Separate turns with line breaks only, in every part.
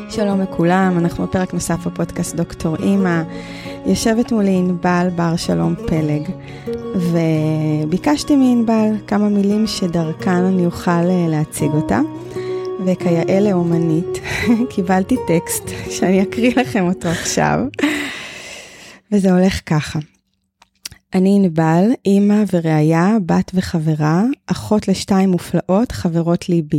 שלום לכולם, אנחנו בפרק נוסף בפודקאסט דוקטור אימא. יושבת מולי ענבל בר שלום פלג, וביקשתי מענבל כמה מילים שדרכן אני אוכל להציג אותה, וכיאה לאומנית קיבלתי טקסט שאני אקריא לכם אותו עכשיו, וזה הולך ככה. אני ענבל, אימא ורעיה, בת וחברה, אחות לשתיים מופלאות, חברות ליבי.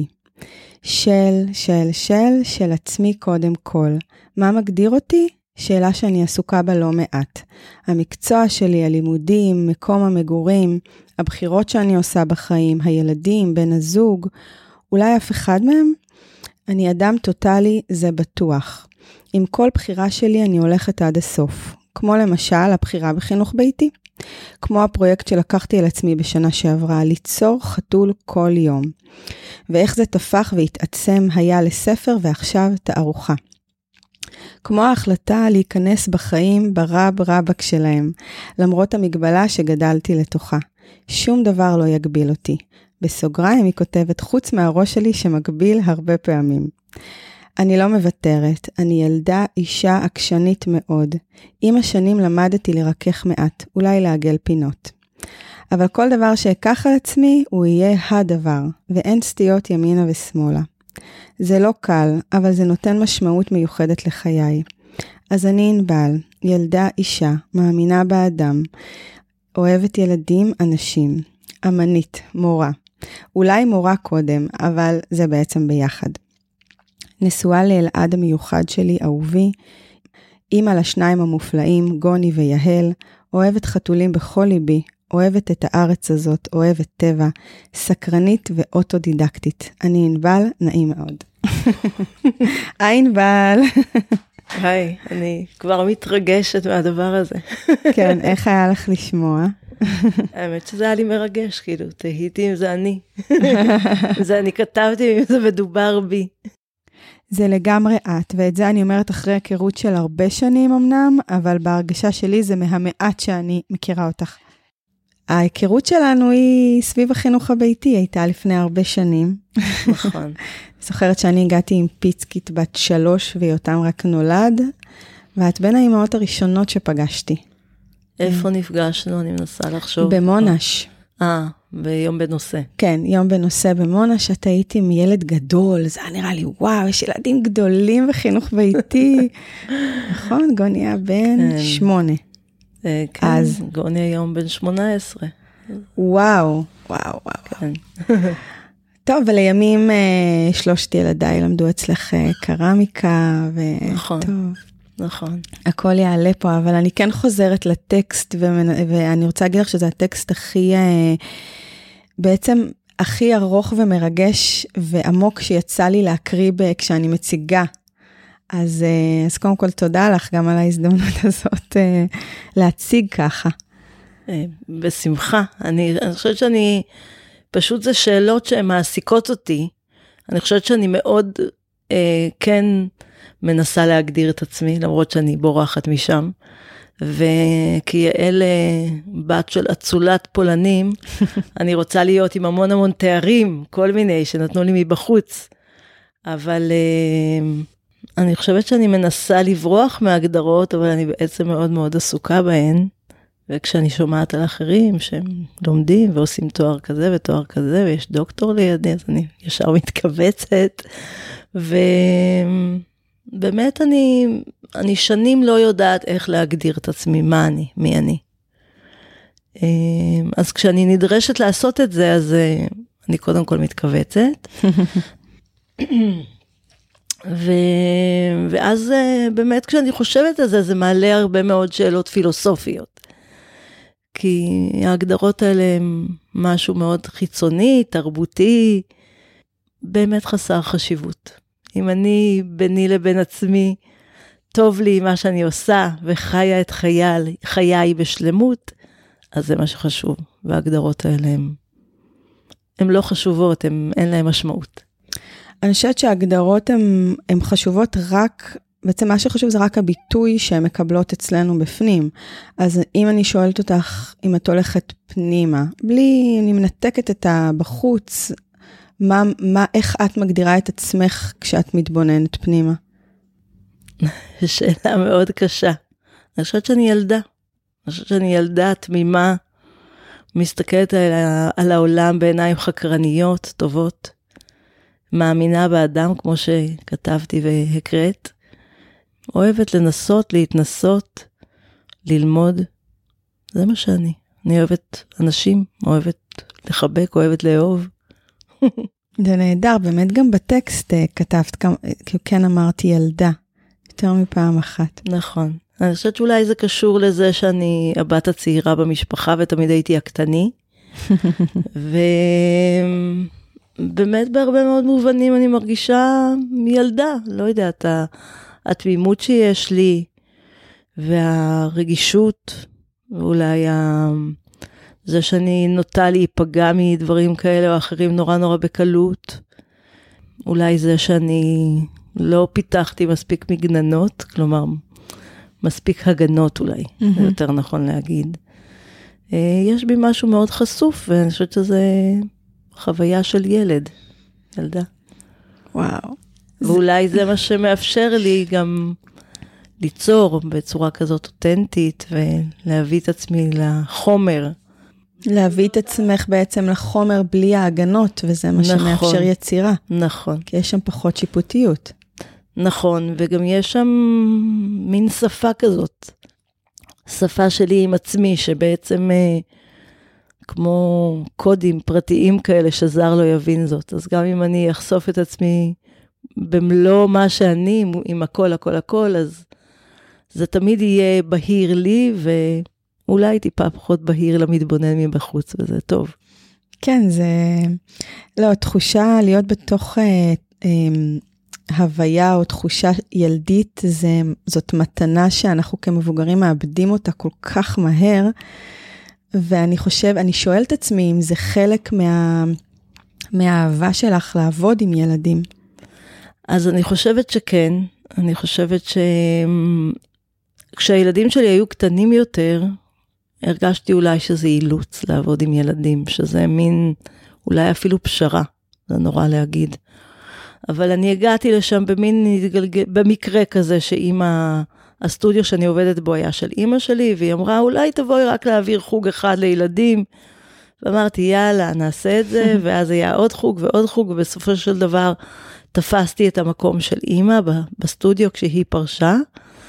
של עצמי קודם כל. מה מגדיר אותי? שאלה שאני עסוקה בה לא מעט. המקצוע שלי, הלימודים, מקום המגורים, הבחירות שאני עושה בחיים, הילדים, בן הזוג, אולי אף אחד מהם? אני אדם טוטלי, זה בטוח. עם כל בחירה שלי אני הולכת עד הסוף. כמו למשל הבחירה בחינוך ביתי. כמו הפרויקט שלקחתי על עצמי בשנה שעברה, ליצור חתול כל יום. ואיך זה תפח והתעצם היה לספר ועכשיו תערוכה. כמו ההחלטה להיכנס בחיים ברבק שלהם, למרות המגבלה שגדלתי לתוכה. שום דבר לא יגביל אותי. בסוגריים היא כותבת, חוץ מהראש שלי שמגביל הרבה פעמים. אני לא מוותרת, אני ילדה אישה עקשנית מאוד. עם השנים למדתי לרכך מעט, אולי לעגל פינות. אבל כל דבר שאקח על עצמי, הוא יהיה הדבר, ואין סטיות ימינה ושמאלה. זה לא קל, אבל זה נותן משמעות מיוחדת לחיי. אז אני ענבל, ילדה אישה, מאמינה באדם, אוהבת ילדים, אנשים, אמנית, מורה. אולי מורה קודם, אבל זה בעצם ביחד. נשואה לאלעד המיוחד שלי, אהובי, אימא לשניים המופלאים, גוני ויהל, אוהבת חתולים בכל ליבי, אוהבת את הארץ הזאת, אוהבת טבע, סקרנית ואוטודידקטית. אני ענבל, נעים מאוד. היי ענבל.
היי, אני כבר מתרגשת מהדבר הזה.
כן, איך היה לך לשמוע?
האמת שזה היה לי מרגש, כאילו, תהיתי אם זה אני. זה אני כתבתי אם זה מדובר בי.
זה לגמרי את, ואת זה אני אומרת אחרי היכרות של הרבה שנים אמנם, אבל בהרגשה שלי זה מהמעט שאני מכירה אותך. ההיכרות שלנו היא סביב החינוך הביתי, הייתה לפני הרבה שנים.
נכון.
זוכרת שאני הגעתי עם פיצקית בת 3 ויותם רק נולד, ואת בין האימהות הראשונות שפגשתי.
איפה נפגשנו? אני מנסה לחשוב.
במונש.
ביום בנושא.
כן, יום בנושא במונש, את הייתי עם ילד גדול, זה היה נראה לי, וואו, יש ילדים גדולים בחינוך ביתי. נכון, גוני היה בן 8.
כן, אז גוני היום בן 18.
וואו.
כן.
טוב, ולימים 3 ילדיי למדו אצלך קרמיקה,
נכון.
טוב.
נכון.
הכל יעלה פה, אבל אני כן חוזרת לטקסט, ואני רוצה להגיד לך שזה הטקסט הכי, בעצם הכי ארוך ומרגש ועמוק שיצא לי להקריא כשאני מציגה. אז קודם כל תודה לך גם על ההזדמנות הזאת להציג ככה.
בשמחה. אני חושבת פשוט זה שאלות שהן מעסיקות אותי. אני חושבת שאני מאוד כן מנסה להגדיר את עצמי, למרות שאני בורחת משם. וכי אלה בת של אצולת פולנים, אני רוצה להיות עם המון תארים, כל מיני שנתנו לי מבחוץ. אבל אני חושבת שאני מנסה לברוח מהגדרות, אבל אני בעצם מאוד מאוד עסוקה בהן. וכשאני שומעת על אחרים שהם לומדים ועושים תואר כזה ותואר כזה, ויש דוקטור לידי, אז אני ישר מתכווצת. ובאמת אני שנים לא יודעת איך להגדיר את עצמי, מי אני. אז כשאני נדרשת לעשות את זה, אז אני קודם כל מתכווצת. ואז באמת כשאני חושבת על זה, זה מעלה הרבה מאוד שאלות פילוסופיות. כי ההגדרות האלה הם משהו מאוד חיצוני, תרבותי, באמת חסר חשיבות. אם אני ביני לבין עצמי, טוב לי מה שאני עושה, וחיה את חיי בשלמות, אז זה מה שחשוב. וההגדרות האלה הן לא חשובות, אין להן משמעות.
אני חושבת שההגדרות הן חשובות רק, בעצם מה שחשוב זה רק הביטוי שהן מקבלות אצלנו בפנים. אז אם אני שואלת אותך, אם את הולכת פנימה, אני מנתקת את הבחוץ, איך את מגדירה את עצמך כשאת מתבוננת פנימה?
שאלה מאוד קשה. אני חושבת שאני ילדה. אני חושבת שאני ילדה תמימה, מסתכלת על העולם בעיניים חקרניות, טובות, מאמינה באדם, כמו שכתבתי והקראת, אוהבת לנסות, להתנסות, ללמוד. זה מה שאני. אני אוהבת אנשים, אוהבת לחבק, אוהבת לאהוב.
זה נהדר, באמת גם בטקסט כתבת, כן אמרתי ילדה, יותר מפעם אחת.
נכון. אני חושבת שאולי זה קשור לזה שאני הבת הצעירה במשפחה, ותמיד הייתי הקטני. ובאמת בהרבה מאוד מובנים אני מרגישה ילדה, לא יודעת, התמימות שיש לי, והרגישות, ואולי זה שאני נוטה להיפגע מדברים כאלה או אחרים נורא נורא בקלות. אולי זה שאני לא פיתחתי מספיק מגננות, כלומר, מספיק הגנות אולי, זה יותר נכון להגיד. יש בי משהו מאוד חשוף, ואני חושבת שזה חוויה של ילדה.
וואו.
ואולי זה מה שמאפשר לי גם ליצור בצורה כזאת אותנטית, ולהביא את עצמי לחומר.
להביא את עצמך בעצם לחומר בלי ההגנות, וזה מה שמאפשר יצירה.
נכון.
כי יש שם פחות שיפוטיות.
נכון, וגם יש שם מין שפה כזאת. שפה שלי עם עצמי, שבעצם כמו קודים פרטיים כאלה, שזר לא יבין זאת. אז גם אם אני אחשוף את עצמי במלוא מה שאני, עם הכל, אז זה תמיד יהיה בהיר לי, ואולי טיפה פחות בהיר למתבונן מבחוץ, וזה טוב.
כן, זה לא, תחושה להיות בתוך הוויה או תחושה ילדית, זאת מתנה שאנחנו כמבוגרים מאבדים אותה כל כך מהר, אני שואלת עצמי אם זה חלק מהאהבה שלך לעבוד עם ילדים.
אז אני חושבת שכן, אני חושבת כשהילדים שלי היו קטנים יותר, הרגשתי אולי שזה אילוץ לעבוד עם ילדים, שזה מין, אולי אפילו פשרה, זה נורא להגיד. אבל אני הגעתי לשם במקרה כזה, הסטודיו שאני עובדת בו היה של אמא שלי, והיא אמרה, אולי תבואי רק להעביר חוג אחד לילדים, ואמרתי, יאללה, נעשה את זה, ואז היה עוד חוג ועוד חוג, ובסופו של דבר תפסתי את המקום של אמא בסטודיו כשהיא פרשה,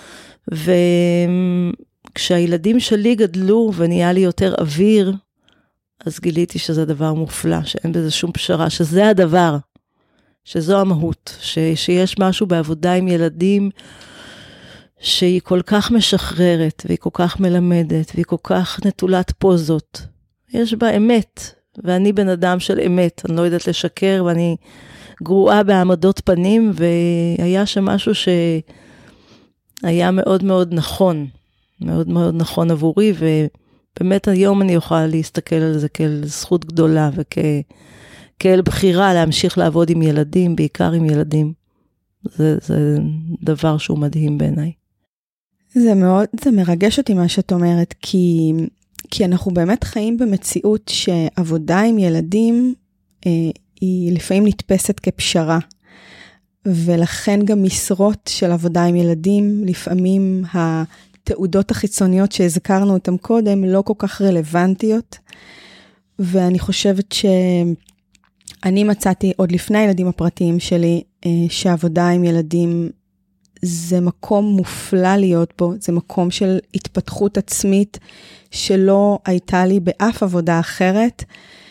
וכשהילדים שלי גדלו ונהיה לי יותר אוויר, אז גיליתי שזה דבר מופלא, שאין בזה שום פשרה, שזה הדבר, שזו המהות, שיש משהו בעבודה עם ילדים, שהיא כל כך משחררת, והיא כל כך מלמדת, והיא כל כך נטולת פוזות. יש בה אמת, ואני בן אדם של אמת, אני לא יודעת לשקר, ואני גרועה בעמדות פנים, והיה שם משהו שהיה מאוד מאוד נכון, מאוד מאוד נכון עבורי, ובאמת היום אני יכולה להסתכל על זה כאל זכות גדולה, וכאל בחירה להמשיך לעבוד עם ילדים, בעיקר עם ילדים. זה דבר שהוא מדהים בעיניי.
זה מרגש אותי מה שאת אומרת, כי אנחנו באמת חיים במציאות שעבודה עם ילדים היא לפעמים נתפסת כפשרה, ולכן גם משרות של עבודה עם ילדים, לפעמים התעודות החיצוניות שהזכרנו אותם קודם, לא כל כך רלוונטיות, ואני חושבת שאני מצאתי עוד לפני הילדים הפרטיים שלי, שעבודה עם ילדים זה מקום מופלא להיות בו, זה מקום של התפתחות עצמית, שלא הייתה לי באף עבודה אחרת,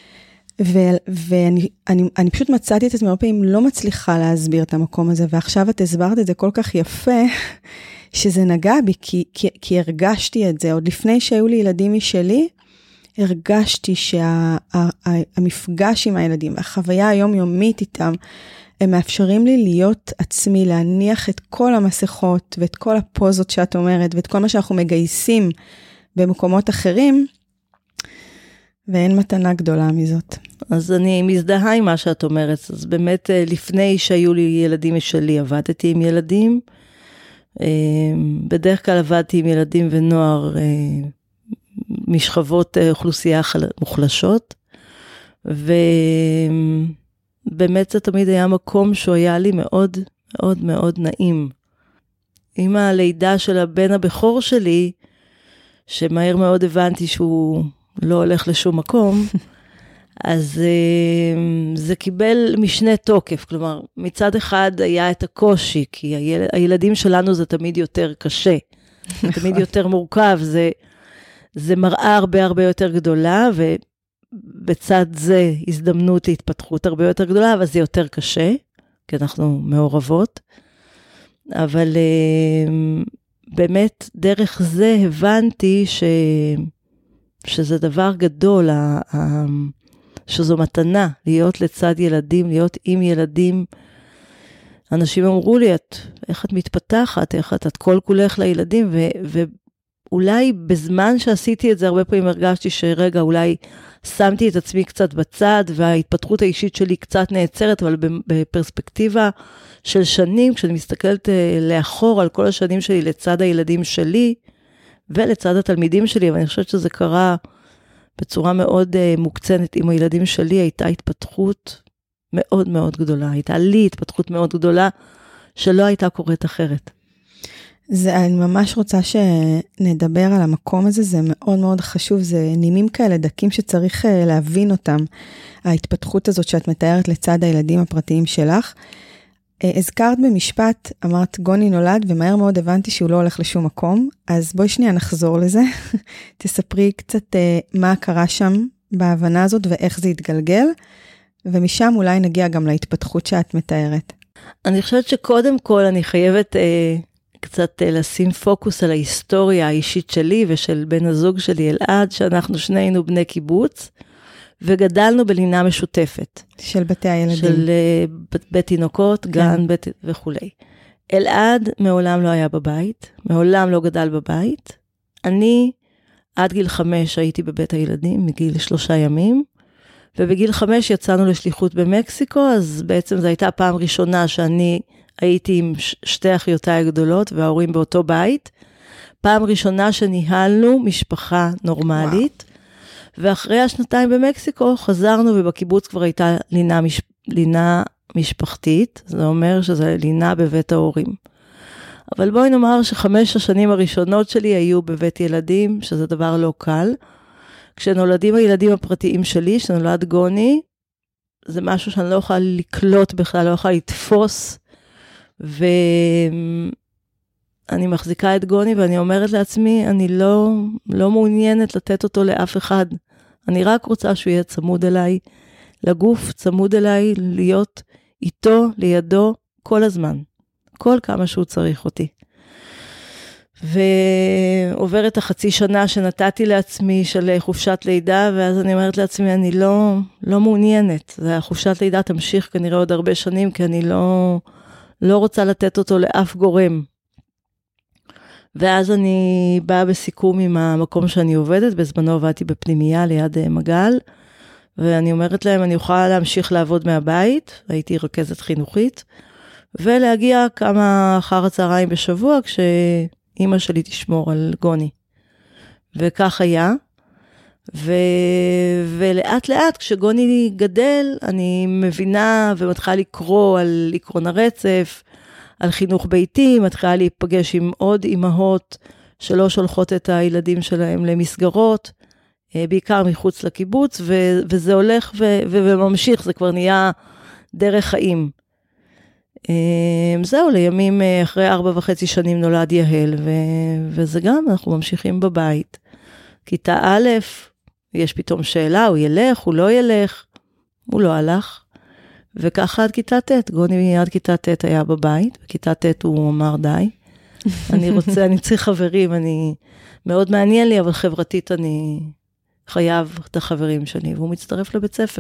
ואני פשוט מצאתי את עצמי הרבה פעמים לא מצליחה להסביר את המקום הזה, ועכשיו את הסברת את זה כל כך יפה, שזה נגע בי, כי הרגשתי את זה, עוד לפני שהיו לי ילדים משלי, הרגשתי שהמפגש עם הילדים, והחוויה היומיומית איתם, הם מאפשרים לי להיות עצמי, להניח את כל המסכות, ואת כל הפוזות שאת אומרת, ואת כל מה שאנחנו מגייסים במקומות אחרים, ואין מתנה גדולה מזאת.
אז אני מזדהה עם מה שאת אומרת, אז באמת לפני שהיו לי ילדים משלי, עבדתי עם ילדים, בדרך כלל עבדתי עם ילדים ונוער, משכבות אוכלוסייה מוחלשות, ובאמת זה תמיד היה מקום שהוא היה לי מאוד מאוד מאוד נעים. עם הלידה של הבן הבכור שלי, שמהר מאוד הבנתי שהוא לא הולך לשום מקום, אז זה קיבל משנה תוקף, כלומר, מצד אחד היה את הקושי, כי הילדים שלנו זה תמיד יותר קשה, תמיד יותר מורכב, זה מראה הרבה יותר גדולה, ובצד זה הזדמנות להתפתחות הרבה יותר גדולה, אבל זה יותר קשה, כי אנחנו מעורבות, אבל באמת דרך זה הבנתי שזה דבר גדול, שזו מתנה, להיות לצד ילדים, להיות עם ילדים. אנשים אמרו לי, איך את מתפתחת, איך את כל כולך לילדים, ואולי בזמן שעשיתי את זה, הרבה פעמים הרגשתי שרגע, אולי שמתי את עצמי קצת בצד, וההתפתחות האישית שלי קצת נעצרת, אבל בפרספקטיבה של שנים, כשאני מסתכלת לאחור על כל השנים שלי לצד הילדים שלי, ולצד התלמידים שלי, ואני חושבת שזה קרה בצורה מאוד מוקצנת עם הילדים שלי, הייתה התפתחות מאוד מאוד גדולה, הייתה לי התפתחות מאוד גדולה, שלא הייתה קורית אחרת.
אני ממש רוצה שנדבר על המקום הזה, זה מאוד מאוד חשוב, זה נימים כאלה דקים שצריך להבין אותם, ההתפתחות הזאת שאת מתארת לצד הילדים הפרטיים שלך. הזכרת במשפט, אמרת גוני נולד, ומהר מאוד הבנתי שהוא לא הולך לשום מקום, אז בואי שנייה נחזור לזה, תספרי קצת מה קרה שם בהבנה הזאת, ואיך זה התגלגל, ומשם אולי נגיע גם להתפתחות שאת מתארת.
אני חושבת שקודם כל אני חייבת קצת לשים פוקוס על ההיסטוריה האישית שלי, ושל בן הזוג שלי אלעד, שאנחנו שנינו בני קיבוץ, וגדלנו בלינה משותפת.
של בתי הילדים.
של בית תינוקות,
כן.
גן, בית וכו'. אלעד מעולם לא היה בבית, מעולם לא גדל בבית. אני עד גיל 5 הייתי בבית הילדים, מגיל 3 ימים, ובגיל 5 יצאנו לשליחות במקסיקו, אז בעצם זו הייתה הפעם ראשונה שאני הייתי עם שתי אחיותיי הגדולות, וההורים באותו בית. פעם ראשונה שניהלנו משפחה נורמלית, ואחרי השנתיים במקסיקו חזרנו, ובקיבוץ כבר הייתה לינה משפחתית, זה אומר שזה לינה בבית ההורים. אבל בואי נאמר ש5 השנים הראשונות שלי היו בבית ילדים, שזה דבר לא קל. כשנולדים הילדים הפרטיים שלי, שנולד גוני, זה משהו שאני לא יכולה לקלוט בכלל, לא יכולה לתפוס, ואני מחזיקה את גוני, ואני אומרת לעצמי, אני לא מעוניינת לתת אותו לאף אחד. אני רק רוצה שהוא יהיה צמוד אליי, לגוף, צמוד אליי, להיות איתו, לידו, כל הזמן. כל כמה שהוא צריך אותי. ועוברת החצי שנה שנתתי לעצמי של חופשת לידה, ואז אני אומרת לעצמי, אני לא מעוניינת. החופשת לידה תמשיך כנראה עוד הרבה שנים, כי אני לא רוצה לתת אותו לאף גורם. ואז אני באה בסיכום עם המקום שאני עובדת, בזמנו עבדתי בפנימייה ליד מגל, ואני אומרת להם, אני אוכל להמשיך לעבוד מהבית, הייתי רכזת חינוכית, ולהגיע כמה אחר הצהריים בשבוע, כשאימא שלי תשמור על גוני. וכך היה, ולאט לאט כשגוני גדל, אני מבינה ומתחילה לקרוא על עקרון הרצף, על חינוך ביתי, מתחילה להיפגש עם עוד אימהות שלא שולחות את הילדים שלהם למסגרות, בעיקר מחוץ לקיבוץ, וזה הולך וממשיך, זה כבר נהיה דרך חיים. זהו, לימים אחרי 4.5 שנים נולד יהל, וזה גם, אנחנו ממשיכים בבית. כיתה א', יש פתאום שאלה, הוא ילך, הוא לא ילך, הוא לא הלך. וככה עד כיתה ט', גוני עד כיתה ט' היה בבית, בכיתה ט' הוא אמר די, אני צריך חברים, מאוד מעניין לי, אבל חברתית אני חייב את החברים שלי, והוא מצטרף לבית ספר.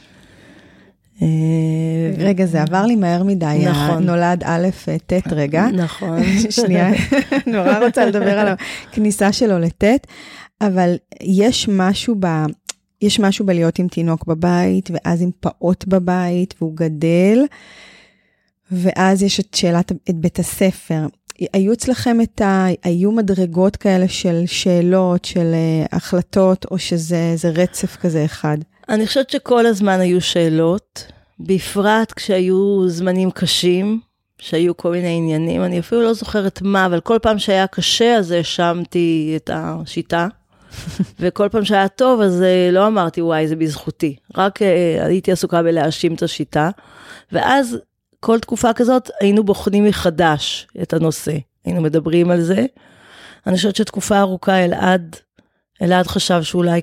רגע, זה עבר לי מהר מדי,
נכון.
נולד א' ט' רגע.
נכון.
שנייה, נורא רוצה לדבר על הכניסה שלו לט', אבל יש משהו בלהיות עם תינוק בבית, ואז עם פעוט בבית, והוא גדל, ואז יש את שאלת, את בית הספר. היו אצלכם היו מדרגות כאלה של שאלות, של החלטות, או שזה רצף כזה אחד?
אני חושבת שכל הזמן היו שאלות, בפרט כשהיו זמנים קשים, שהיו כל מיני עניינים, אני אפילו לא זוכרת מה, אבל כל פעם שהיה קשה, אז האשמתי את השיטה, וכל פעם שהיה טוב, אז לא אמרתי, וואי, זה בזכותי. רק הייתי עסוקה בלהאשים את השיטה, ואז כל תקופה כזאת היינו בוחנים מחדש את הנושא. היינו מדברים על זה. אני חושבת שתקופה ארוכה אלעד חשב שאולי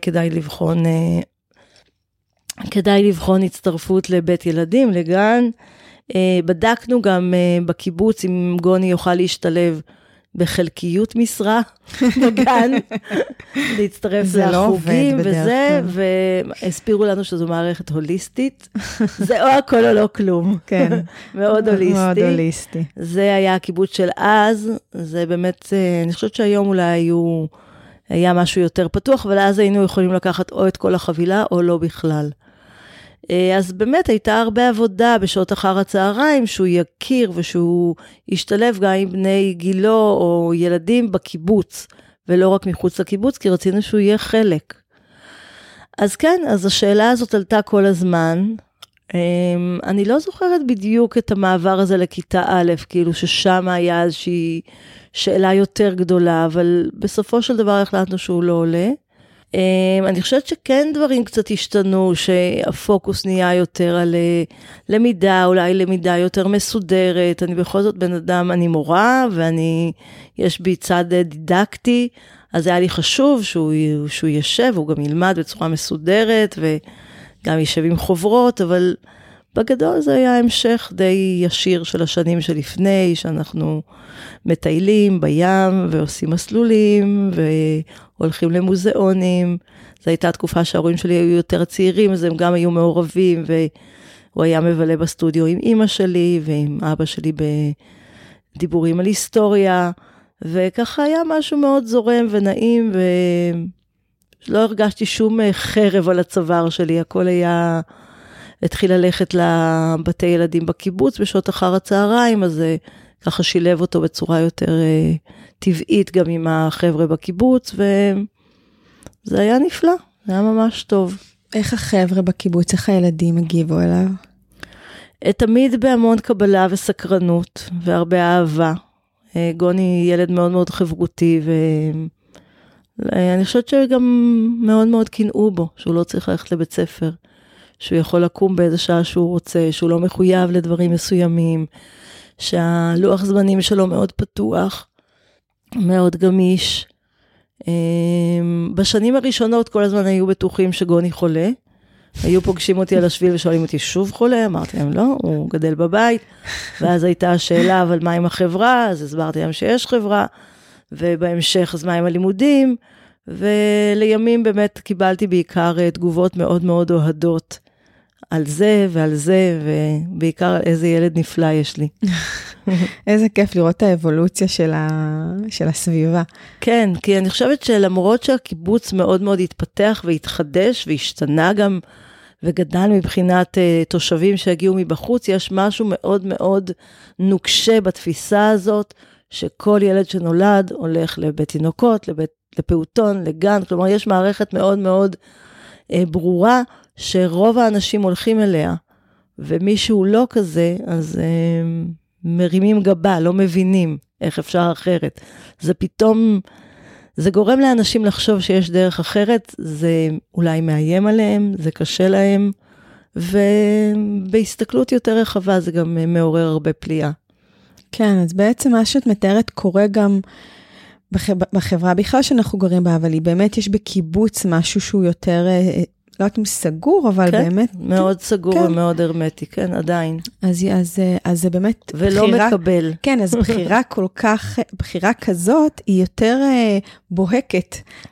כדאי לבחון הצטרפות לבית ילדים, לגן. בדקנו גם בקיבוץ אם גוני יוכל להשתלב בחלקיות משרה בגן, להצטרף לחוגים וזה, והסבירו לנו שזו מערכת הוליסטית, זה או הכל או לא כלום,
כן,
מאוד הוליסטי.
מאוד הוליסטי.
זה היה הקיבוץ של אז, זה באמת, אני חושבת שהיום אולי היה משהו יותר פתוח, אבל אז היינו יכולים לקחת או את כל החבילה או לא בכלל. אז באמת הייתה הרבה עבודה בשעות אחר הצהריים, שהוא יכיר ושהוא ישתלב גם עם בני גילו או ילדים בקיבוץ, ולא רק מחוץ לקיבוץ, כי רצינו שהוא יהיה חלק. אז כן, אז השאלה הזאת עלתה כל הזמן. אני לא זוכרת בדיוק את המעבר הזה לכיתה א', כאילו ששם היה איזושהי שאלה יותר גדולה, אבל בסופו של דבר החלטנו שהוא לא עולה. אני חושבת שכן דברים קצת השתנו, שהפוקוס נהיה יותר על למידה, אולי למידה יותר מסודרת. אני בכל זאת בן אדם, אני מורה, יש בי צד דידקטי, אז היה לי חשוב שהוא ישב, הוא גם ילמד בצורה מסודרת, וגם יישב עם חוברות, אבל בגדול זה היה המשך די ישיר של השנים שלפני, שאנחנו מטיילים בים, ועושים מסלולים, והולכים למוזיאונים. זו הייתה תקופה שההורים שלי היו יותר צעירים, אז הם גם היו מעורבים, והוא היה מבלה בסטודיו עם אמא שלי, ועם אבא שלי בדיבורים על היסטוריה, וככה היה משהו מאוד זורם ונעים, ולא הרגשתי שום חרב על הצוואר שלי, הכל התחיל ללכת לבתי ילדים בקיבוץ בשעות אחר הצהריים, אז ככה שילב אותו בצורה יותר טבעית גם עם החבר'ה בקיבוץ, וזה היה נפלא, זה היה ממש טוב.
איך החבר'ה בקיבוץ, איך הילדים הגיבו אליו?
תמיד בהמון קבלה וסקרנות, והרבה אהבה. גוני ילד מאוד מאוד חברותי, ואני חושבת שגם מאוד מאוד קינאו בו, שהוא לא צריך ללכת לבית ספר, שהוא יכול לקום באיזה שעה שהוא רוצה, שהוא לא מחויב לדברים מסוימים, שהלוח זמנים שלו מאוד פתוח, מאוד גמיש. בשנים הראשונות כל הזמן היו בטוחים שגוני חולה, היו פוגשים אותי על השביל ושואלים אותי, שוב חולה? אמרתי להם, לא, הוא גדל בבית, ואז הייתה השאלה, אבל מה עם החברה? אז הסברתי להם שיש חברה, ובהמשך, אז מה עם הלימודים? ולימים באמת קיבלתי בעיקר תגובות מאוד מאוד אוהדות, על זה ועל זה, ובעיקר על איזה ילד נפלא יש לי.
איזה כיף לראות את האבולוציה של הסביבה.
כן, כי אני חושבת שלמרות שהקיבוץ מאוד מאוד התפתח והתחדש, והשתנה גם, וגדל מבחינת תושבים שהגיעו מבחוץ, יש משהו מאוד מאוד נוקשה בתפיסה הזאת, שכל ילד שנולד הולך לבית תינוקות, לפעוטון, לגן, כלומר יש מערכת מאוד מאוד ברורה, שרוב האנשים הולכים אליה, ומישהו לא כזה, אז מרימים גבה, לא מבינים איך אפשר אחרת. זה פתאום, זה גורם לאנשים לחשוב שיש דרך אחרת, זה אולי מאיים עליהם, זה קשה להם, ובהסתכלות יותר רחבה זה גם מעורר הרבה פליאה.
כן, אז בעצם מה שאת מתארת קורה גם בחברה בכלל שאנחנו גרים בה, אבל היא באמת יש בקיבוץ משהו שהוא יותר, לא יודעת אם סגור, אבל
כן,
באמת...
מאוד סגור כן. ומאוד הרמטי, כן, עדיין.
אז זה באמת...
ולא בחירה, מקבל.
כן, אז בחירה כזאת היא יותר בוהקת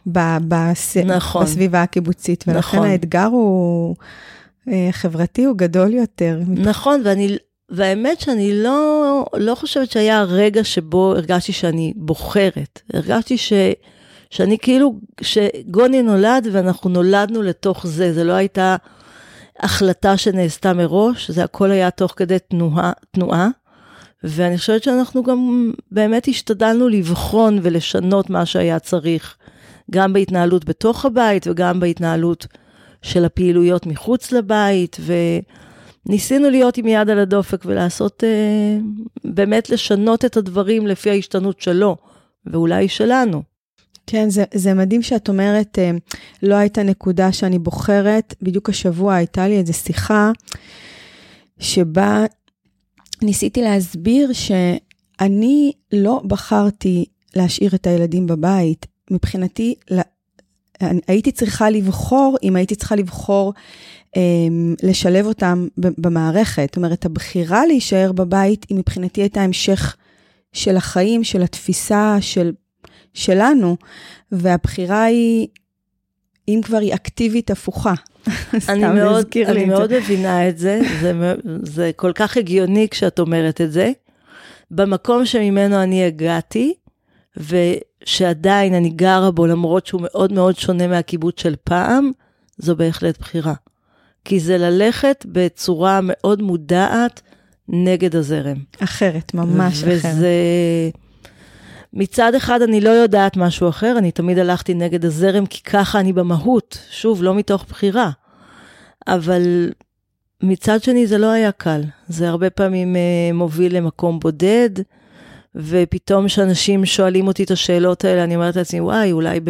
נכון.
בסביבה הקיבוצית, ולכן
נכון.
האתגר הוא חברתי, הוא גדול יותר.
נכון, והאמת שאני לא חושבת שהיה הרגע שבו הרגשתי שאני בוחרת. הרגשתי שאני כאילו, שגוני נולד ואנחנו נולדנו לתוך זה. זה לא הייתה החלטה שנעשתה מראש, זה הכל היה תוך כדי תנועה. ואני חושבת שאנחנו גם באמת השתדלנו לבחון ולשנות מה שהיה צריך. גם בהתנהלות בתוך הבית וגם בהתנהלות של הפעילויות מחוץ לבית ניסינו להיות עם יד על הדופק ולעשות, באמת לשנות את הדברים לפי ההשתנות שלו, ואולי שלנו.
כן, זה מדהים שאת אומרת, לא הייתה נקודה שאני בוחרת, בדיוק השבוע הייתה לי איזו שיחה, שבה ניסיתי להסביר שאני לא בחרתי להשאיר את הילדים בבית, מבחינתי, הייתי צריכה לבחור, אם הייתי צריכה לבחור, לשלב אותם במערכת, זאת אומרת, הבחירה להישאר בבית, היא מבחינתי הייתה המשך של החיים, של התפיסה שלנו, והבחירה היא, אם כבר היא אקטיבית הפוכה.
אני מאוד מבינה את זה, זה כל כך הגיוני כשאת אומרת את זה, במקום שממנו אני הגעתי, ושעדיין אני גרה בו, למרות שהוא מאוד מאוד שונה מהקיבוץ של פעם, זו בהחלט בחירה. כי זה ללכת בצורה מאוד מודעת נגד הזרם.
אחרת, ממש אחרת.
וזה, מצד אחד אני לא יודעת משהו אחר, אני תמיד הלכתי נגד הזרם, כי ככה אני במהות, שוב, לא מתוך בחירה. אבל מצד שני זה לא היה קל. זה הרבה פעמים מוביל למקום בודד, ופתאום שאנשים שואלים אותי את השאלות האלה, אני אומרת לעצמי, וואי,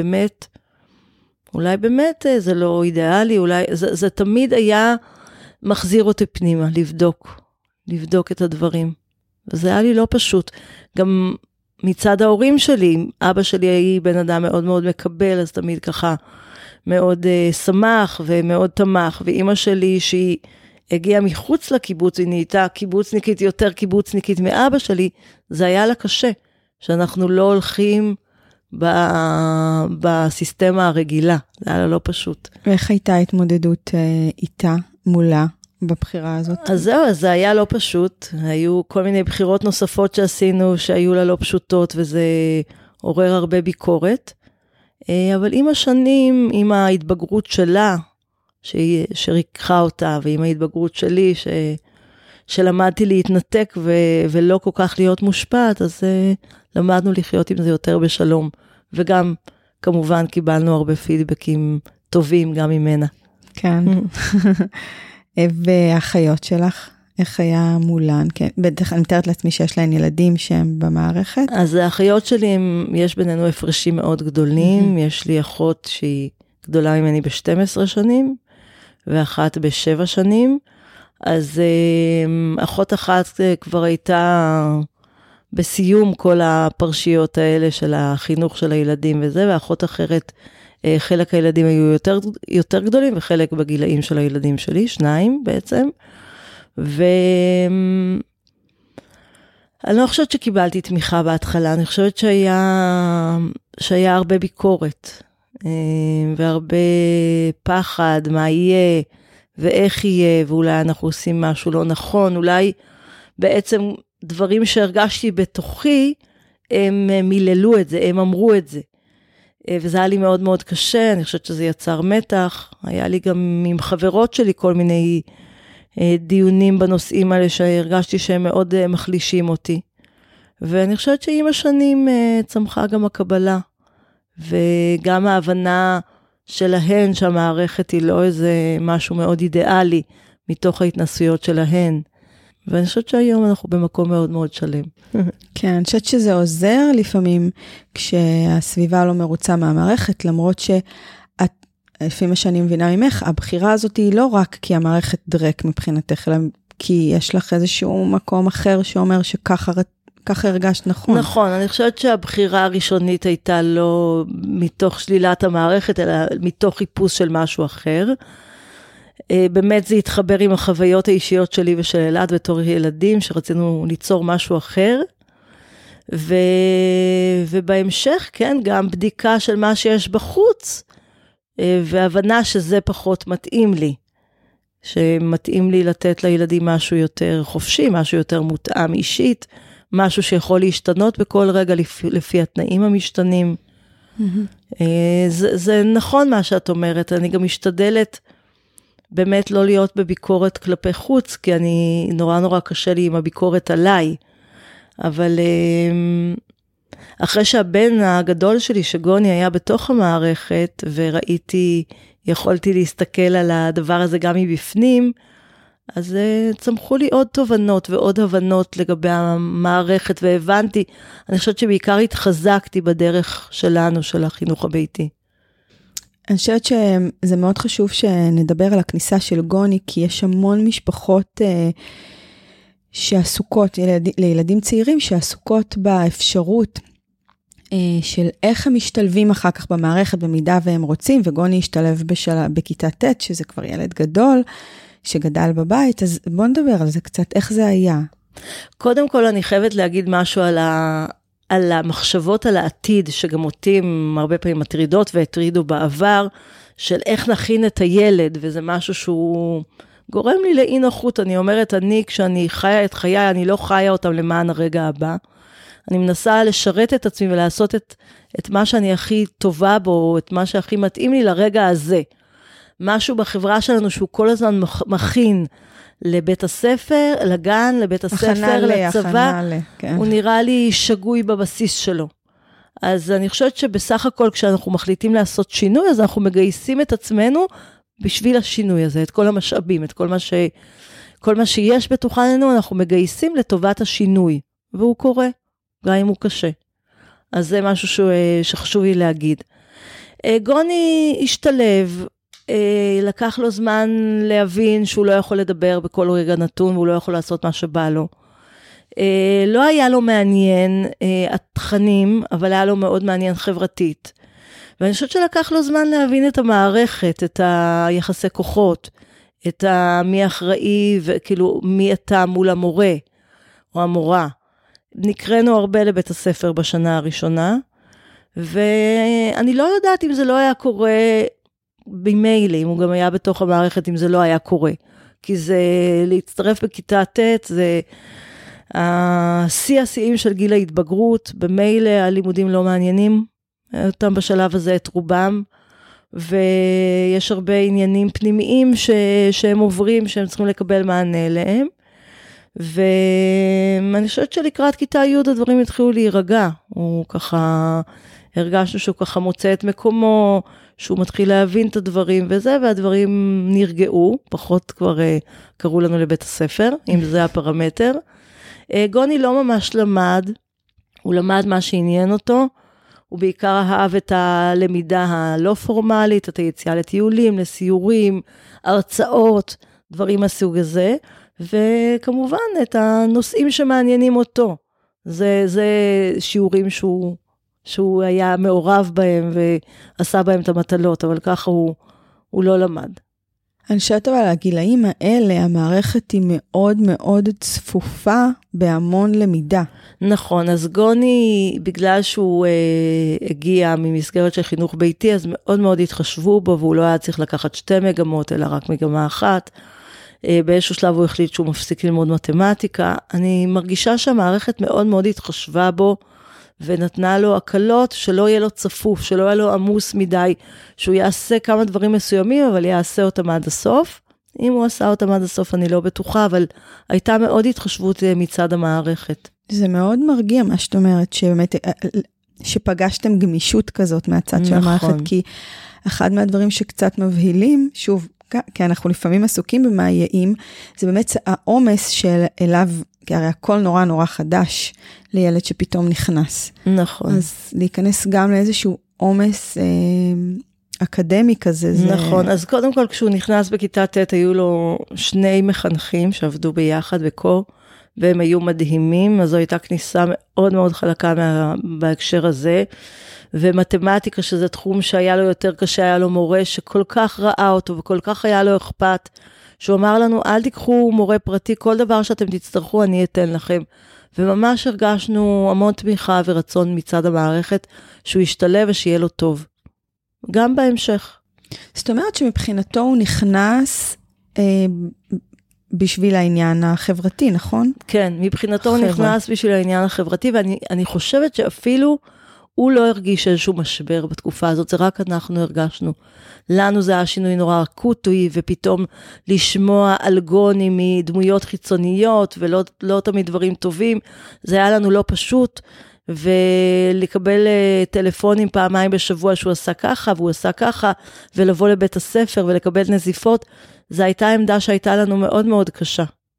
אולי באמת זה לא אידיאלי, זה תמיד היה מחזיר אותי פנימה, לבדוק את הדברים. וזה היה לי לא פשוט. גם מצד ההורים שלי, אבא שלי היה בן אדם מאוד מאוד מקבל, אז תמיד ככה מאוד שמח ומאוד תמך, ואמא שלי שהיא הגיעה מחוץ לקיבוץ, היא נהייתה קיבוצניקית, יותר קיבוצניקית מאבא שלי, זה היה לה קשה, שאנחנו לא הולכים בסיסטמה הרגילה, זה היה לה לא פשוט.
ואיך הייתה התמודדות איתה, מולה, בבחירה הזאת?
אז זהו, זה היה לא פשוט, היו כל מיני בחירות נוספות שעשינו, שהיו לה לא פשוטות, וזה עורר הרבה ביקורת, אבל עם השנים, עם ההתבגרות שלה, שריקחה אותה, ועם ההתבגרות שלי, שלמדתי להתנתק ולא כל כך להיות מושפעת, אז למדנו לחיות עם זה יותר בשלום. וגם, כמובן, קיבלנו הרבה פידבקים טובים גם ממנה.
כן. והאחיות שלך, איך היה מולן? כן. בטח אני מתארת לעצמי שיש להן ילדים שהם במערכת.
אז האחיות שלי, יש בינינו הפרשים מאוד גדולים. יש לי אחות שהיא גדולה ממני ב-12 שנים, ואחת ב7 שנים. אז אחות אחת כבר הייתה בסיום כל הפרשיות האלה של החינוך של הילדים וזה, ואחות אחרת, חלק הילדים היו יותר גדולים, וחלק בגילאים של הילדים שלי, 2 בעצם. ואני לא חושבת שקיבלתי תמיכה בהתחלה, אני חושבת שהיה הרבה ביקורת, והרבה פחד, מה יהיה, ואיך יהיה, ואולי אנחנו עושים משהו לא נכון, אולי בעצם דברים שהרגשתי בתוכי, הם מיללו את זה, הם אמרו את זה. וזה היה לי מאוד מאוד קשה, אני חושבת שזה יצר מתח, היה לי גם עם חברות שלי כל מיני דיונים בנושאים האלה, שהרגשתי שהם מאוד מחלישים אותי. ואני חושבת שעם השנים צמחה גם הקבלה, וגם ההבנה שלהן, שהמערכת היא לא איזה משהו מאוד אידיאלי, מתוך ההתנסויות שלהן. ואני חושבת שהיום אנחנו במקום מאוד מאוד שלם.
כן, אני חושבת שזה עוזר לפעמים, כשהסביבה לא מרוצה מהמערכת, למרות לפי מה שאני מבינה ממך, הבחירה הזאת היא לא רק כי המערכת דרק מבחינתך, אלא כי יש לך איזשהו מקום אחר שאומר שככה הרגשת נכון.
נכון, אני חושבת שהבחירה הראשונית הייתה לא מתוך שלילת המערכת, אלא מתוך חיפוש של משהו אחר. באמת זה התחבר עם החוויות האישיות שלי ושל אלעד בתור ילדים, שרצינו ליצור משהו אחר. ובהמשך, כן, גם בדיקה של מה שיש בחוץ, והבנה שזה פחות מתאים לי. שמתאים לי לתת לילדים משהו יותר חופשי, משהו יותר מותאם אישית, משהו שיכול להשתנות בכל רגע לפי התנאים המשתנים. זה נכון מה שאת אומרת, אני גם משתדלת באמת לא להיות בביקורת כלפי חוץ, כי אני נורא קשה לי עם הביקורת עליי, אבל אחרי שהבן הגדול שלי, שגוני, היה בתוך המערכת, וראיתי, יכולתי להסתכל על הדבר הזה גם מבפנים, אז צמחו לי עוד תובנות ועוד הבנות לגבי המערכת, והבנתי, אני חושבת שבעיקר התחזקתי בדרך שלנו, של החינוך הביתי.
אני חושבת שזה מאוד חשוב שנדבר על הכניסה של גוני, כי יש המון משפחות שעסוקות, לילדים צעירים שעסוקות באפשרות של איך הם משתלבים אחר כך במערכת, במידה והם רוצים, וגוני השתלב בכיתה ט', שזה כבר ילד גדול, שגדל בבית, אז בוא נדבר על זה קצת, איך זה היה.
קודם כל אני חייבת להגיד משהו על המחשבות על העתיד, שגם אותי הרבה פעמים מטרידות והטרידו בעבר, של איך נכין את הילד, וזה משהו שהוא גורם לי לאי נוחות. אני אומרת, כשאני חיה את חיי, אני לא חיה אותם למען הרגע הבא. אני מנסה לשרת את עצמי ולעשות את מה שאני הכי טובה בו, את מה שהכי מתאים לי לרגע הזה. משהו בחברה שלנו שהוא כל הזמן מכין לבית הספר, לגן, לבית הספר, לצבא, כן. הוא נראה לי שגוי בבסיס שלו. אז אני חושבת שבסך הכל כשאנחנו מחליטים לעשות שינוי, אז אנחנו מגייסים את עצמנו בשביל השינוי הזה, את כל המשאבים, את כל מה שיש בתוכנו, אנחנו מגייסים לטובת השינוי, והוא קורה, גם אם הוא קשה. אז זה משהו שחשוב לי להגיד. גוני השתלב, לקח לו זמן להבין שהוא לא יכול לדבר בכל רגע נתון, והוא לא יכול לעשות מה שבא לו. לא היה לו מעניין התכנים, אבל היה לו מאוד מעניין חברתית. ואני חושבת שלקח לו זמן להבין את המערכת, את היחסי כוחות, את מי אחראי, וכאילו מי אתה מול המורה או המורה. נקראנו הרבה לבית הספר בשנה הראשונה, ואני לא יודעת אם זה לא היה קורה במיילי, אם הוא גם היה בתוך המערכת, אם זה לא היה קורה. כי זה להצטרף בכיתה ט', זה השיאים של גיל ההתבגרות, במיילי הלימודים לא מעניינים, אותם בשלב הזה את רובם, ויש הרבה עניינים פנימיים שהם עוברים, שהם צריכים לקבל מענה אליהם, ואני חושבת שלקראת כיתה י' הדברים התחילו להירגע, הוא ככה, הרגשנו שהוא ככה מוצא את מקומו, שהוא מתחיל להבין את הדברים וזה, והדברים נרגעו, פחות כבר קראו לנו לבית הספר, אם זה הפרמטר. גוני לא ממש למד, הוא למד מה שעניין אותו, הוא בעיקר אהב את הלמידה הלא פורמלית, את היציאה לטיולים, לסיורים, הרצאות, דברים מהסוג הזה, וכמובן את הנושאים שמעניינים אותו. זה שיעורים שהוא היה מעורב בהם ועשה בהם את המטלות, אבל ככה הוא לא למד.
אני חושבת אבל הגילאים האלה, המערכת היא מאוד מאוד צפופה בהמון למידה.
נכון, אז גוני, בגלל שהוא הגיע ממסגרת של חינוך ביתי, אז מאוד מאוד התחשבו בו, והוא לא היה צריך לקחת 2 מגמות, אלא רק מגמה אחת. באיזשהו שלב הוא החליט שהוא מפסיק ללמוד מתמטיקה. אני מרגישה שהמערכת מאוד מאוד התחשבה בו, ונתנה לו הקלות שלא יהיה לו צפוף, שלא יהיה לו עמוס מדי, שהוא יעשה כמה דברים מסוימים, אבל יעשה אותם עד הסוף. אם הוא עשה אותם עד הסוף אני לא בטוחה, אבל הייתה מאוד התחשבות מצד המערכת.
זה מאוד מרגיע מה שאת אומרת, שבאמת, שפגשתם גמישות כזאת מהצד של המערכת, כי אחד מהדברים שקצת מבהילים, שוב, כי אנחנו לפעמים עסוקים במה יעים, זה באמת העומס של אליו, כי הרי הכל נורא נורא חדש לילד שפתאום נכנס.
נכון.
אז להיכנס גם לאיזשהו עומס אקדמי כזה.
נכון, אז קודם כל כשהוא נכנס בכיתה ט' היו לו 2 מחנכים שעבדו ביחד בקור, והם היו מדהימים, אז זו הייתה כניסה מאוד מאוד חלקה בהקשר הזה, ומתמטיקה שזה תחום שהיה לו יותר קשה, היה לו מורה שכל כך ראה אותו וכל כך היה לו אכפת, שהוא אמר לנו אל תיקחו מורה פרטי, כל דבר שאתם תצטרכו אני אתן לכם, וממש הרגשנו המון תמיכה ורצון מצד המערכת, שהוא ישתלב ושיהיה לו טוב, גם בהמשך.
זאת אומרת שמבחינתו הוא נכנס בשביל העניין החברתי, נכון?
כן, מבחינתו הוא נכנס בשביל העניין החברתי, ואני חושבת שאפילו הוא לא הרגיש איזשהו משבר בתקופה הזאת, זה רק אנחנו הרגשנו. לנו זה היה שינוי נורא אקוטי, ופתאום לשמוע על גוני מדמויות חיצוניות, ולא תמיד דברים טובים, זה היה לנו לא פשוט, ולקבל טלפונים פעמיים בשבוע שהוא עשה ככה, והוא עשה ככה, ולבוא לבית הספר ולקבל נזיפות, זו הייתה עמדה שהייתה לנו מאוד מאוד קשה.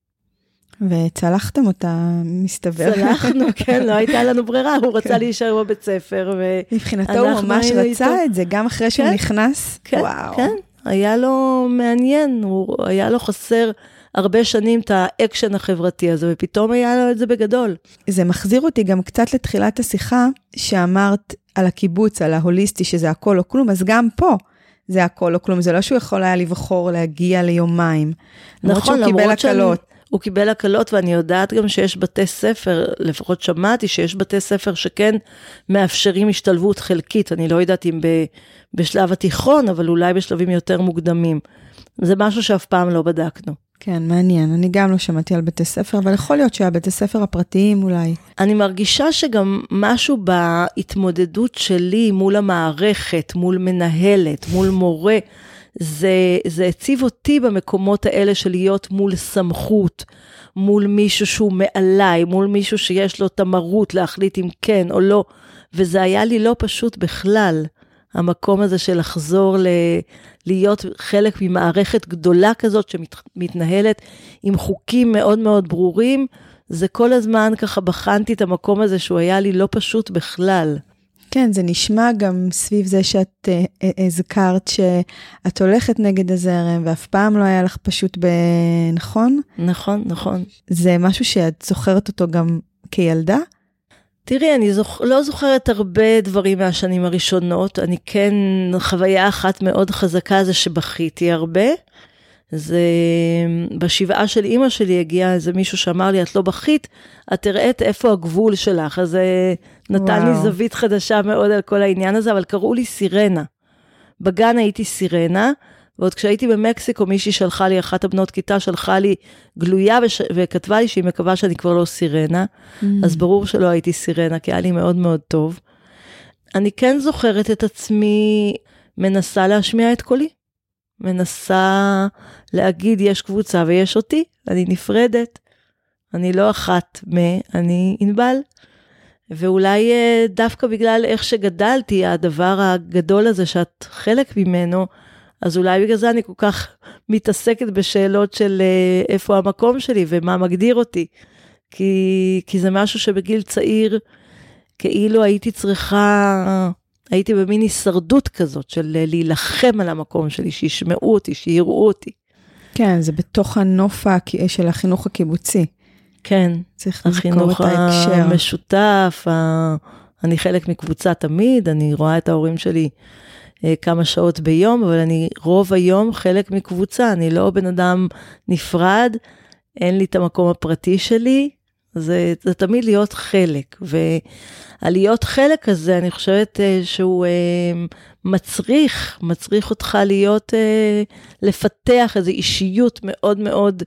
וצלחתם אותה, מסתבר.
צלחנו, כן, לא הייתה לנו ברירה, הוא רצה להישאר בבית ספר.
מבחינתו הוא ממש רצה את זה, גם אחרי שהוא נכנס.
כן, כן, היה לו מעניין, היה לו חסר הרבה שנים את האקשן החברתי הזה, ופתאום היה לו את זה בגדול.
זה מחזיר אותי גם קצת לתחילת השיחה, שאמרת על הקיבוץ, על ההוליסטי, שזה הכל או כלום, אז גם פה זה הכל או כלום, זה לא שהוא יכול היה לבחור להגיע ליומיים.
נכון, למרות הוא קיבל הקלות, ואני יודעת גם שיש בתי ספר, לפחות שמעתי שיש בתי ספר שכן מאפשרים השתלבות חלקית, אני לא יודעת אם בשלב התיכון, אבל אולי בשלבים יותר מוקדמים. זה משהו שאף פעם לא בדקנו.
כן, מעניין. אני גם לא שמעתי על בתי ספר, אבל יכול להיות שהבתי ספר הפרטיים אולי.
אני מרגישה שגם משהו בהתמודדות שלי מול המערכת, מול מנהלת, מול מורה, זה הציב אותי במקומות האלה של להיות מול סמכות, מול מישהו שהוא מעליי, מול מישהו שיש לו תמרות להחליט אם כן או לא, וזה היה לי לא פשוט בכלל, המקום הזה של לחזור להיות חלק ממערכת גדולה כזאת שמתנהלת עם חוקים מאוד מאוד ברורים, זה כל הזמן ככה בחנתי את המקום הזה שהוא היה לי לא פשוט בכלל.
כן, זה נשמע גם סביב זה שאת הזכרת שאת הולכת נגד הזרם, ואף פעם לא היה לך פשוט נכון?
נכון, נכון.
זה משהו שאת זוכרת אותו גם כילדה?
תראי, אני לא זוכרת הרבה דברים מהשנים הראשונות, אני כן, חוויה אחת מאוד חזקה זה שבכיתי הרבה, זה בשבעה של אמא שלי הגיע איזה מישהו שאמר לי, את לא בכית, את תראית איפה הגבול שלך, אז נתן לי זווית חדשה מאוד על כל העניין הזה, אבל קראו לי סירנה. בגן הייתי סירנה, ועוד כשהייתי במקסיקו, מישהי שלחה לי, אחת הבנות כיתה שלחה לי גלויה, וכתבה לי שהיא מקווה שאני כבר לא סירנה, אז ברור שלא הייתי סירנה, כי היה לי מאוד מאוד טוב. אני כן זוכרת את עצמי, מנסה להשמיע את קולי, מנסה להגיד, יש קבוצה ויש אותי, אני נפרדת, אני לא אחת אני אנבל, ואולי דווקא בגלל איך שגדלתי, הדבר הגדול הזה שאת חלק ממנו, אז אולי בגלל זה אני כל כך מתעסקת בשאלות של איפה המקום שלי ומה מגדיר אותי, כי זה משהו שבגיל צעיר, כאילו הייתי במין הישרדות כזאת של להילחם על המקום שלי, שישמעו אותי, שיראו אותי.
כן, זה בתוך הנוף של החינוך הקיבוצי.
כן, החינוך המשותף, אני חלק מקבוצה תמיד, אני רואה את ההורים שלי כמה שעות ביום, אבל אני רוב היום חלק מקבוצה, אני לא בן אדם נפרד, אין לי את המקום הפרטי שלי, זה תמיד להיות חלק, והלהיות חלק הזה, אני חושבת שהוא מצריך אותך לפתח איזו אישיות מאוד מאוד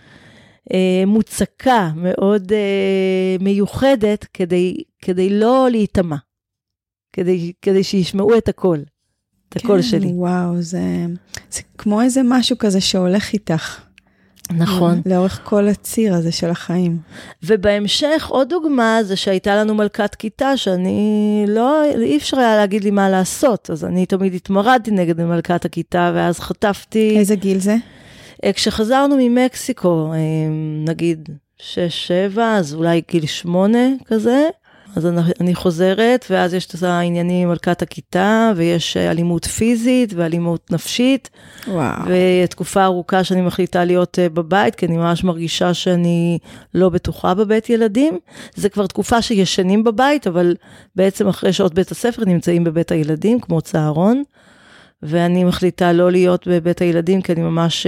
מוצקה, מאוד מיוחדת, כדי לא להתאמה, כדי שישמעו את הכל. את הקול שלי.
וואו, זה כמו איזה משהו כזה שהולך איתך.
נכון.
לאורך כל הציר הזה של החיים.
ובהמשך, עוד דוגמה, זה שהייתה לנו מלכת כיתה, אי אפשר היה להגיד לי מה לעשות, אז אני תמיד התמרדתי נגד מלכת הכיתה, ואז חטפתי...
איזה גיל זה?
כשחזרנו ממקסיקו, נגיד 6-7, אז אולי גיל 8 כזה, אז אני חוזרת, ואז יש את העניינים עם מלכת הכיתה, ויש אלימות פיזית ואלימות נפשית, ותקופה ארוכה שאני מחליטה להיות בבית, כי אני ממש מרגישה שאני לא בטוחה בבית ילדים. זה כבר תקופה שישנים בבית, אבל בעצם אחרי שעות בית הספר נמצאים בבית הילדים, כמו צהרון, ואני מחליטה לא להיות בבית הילדים, כי אני ממש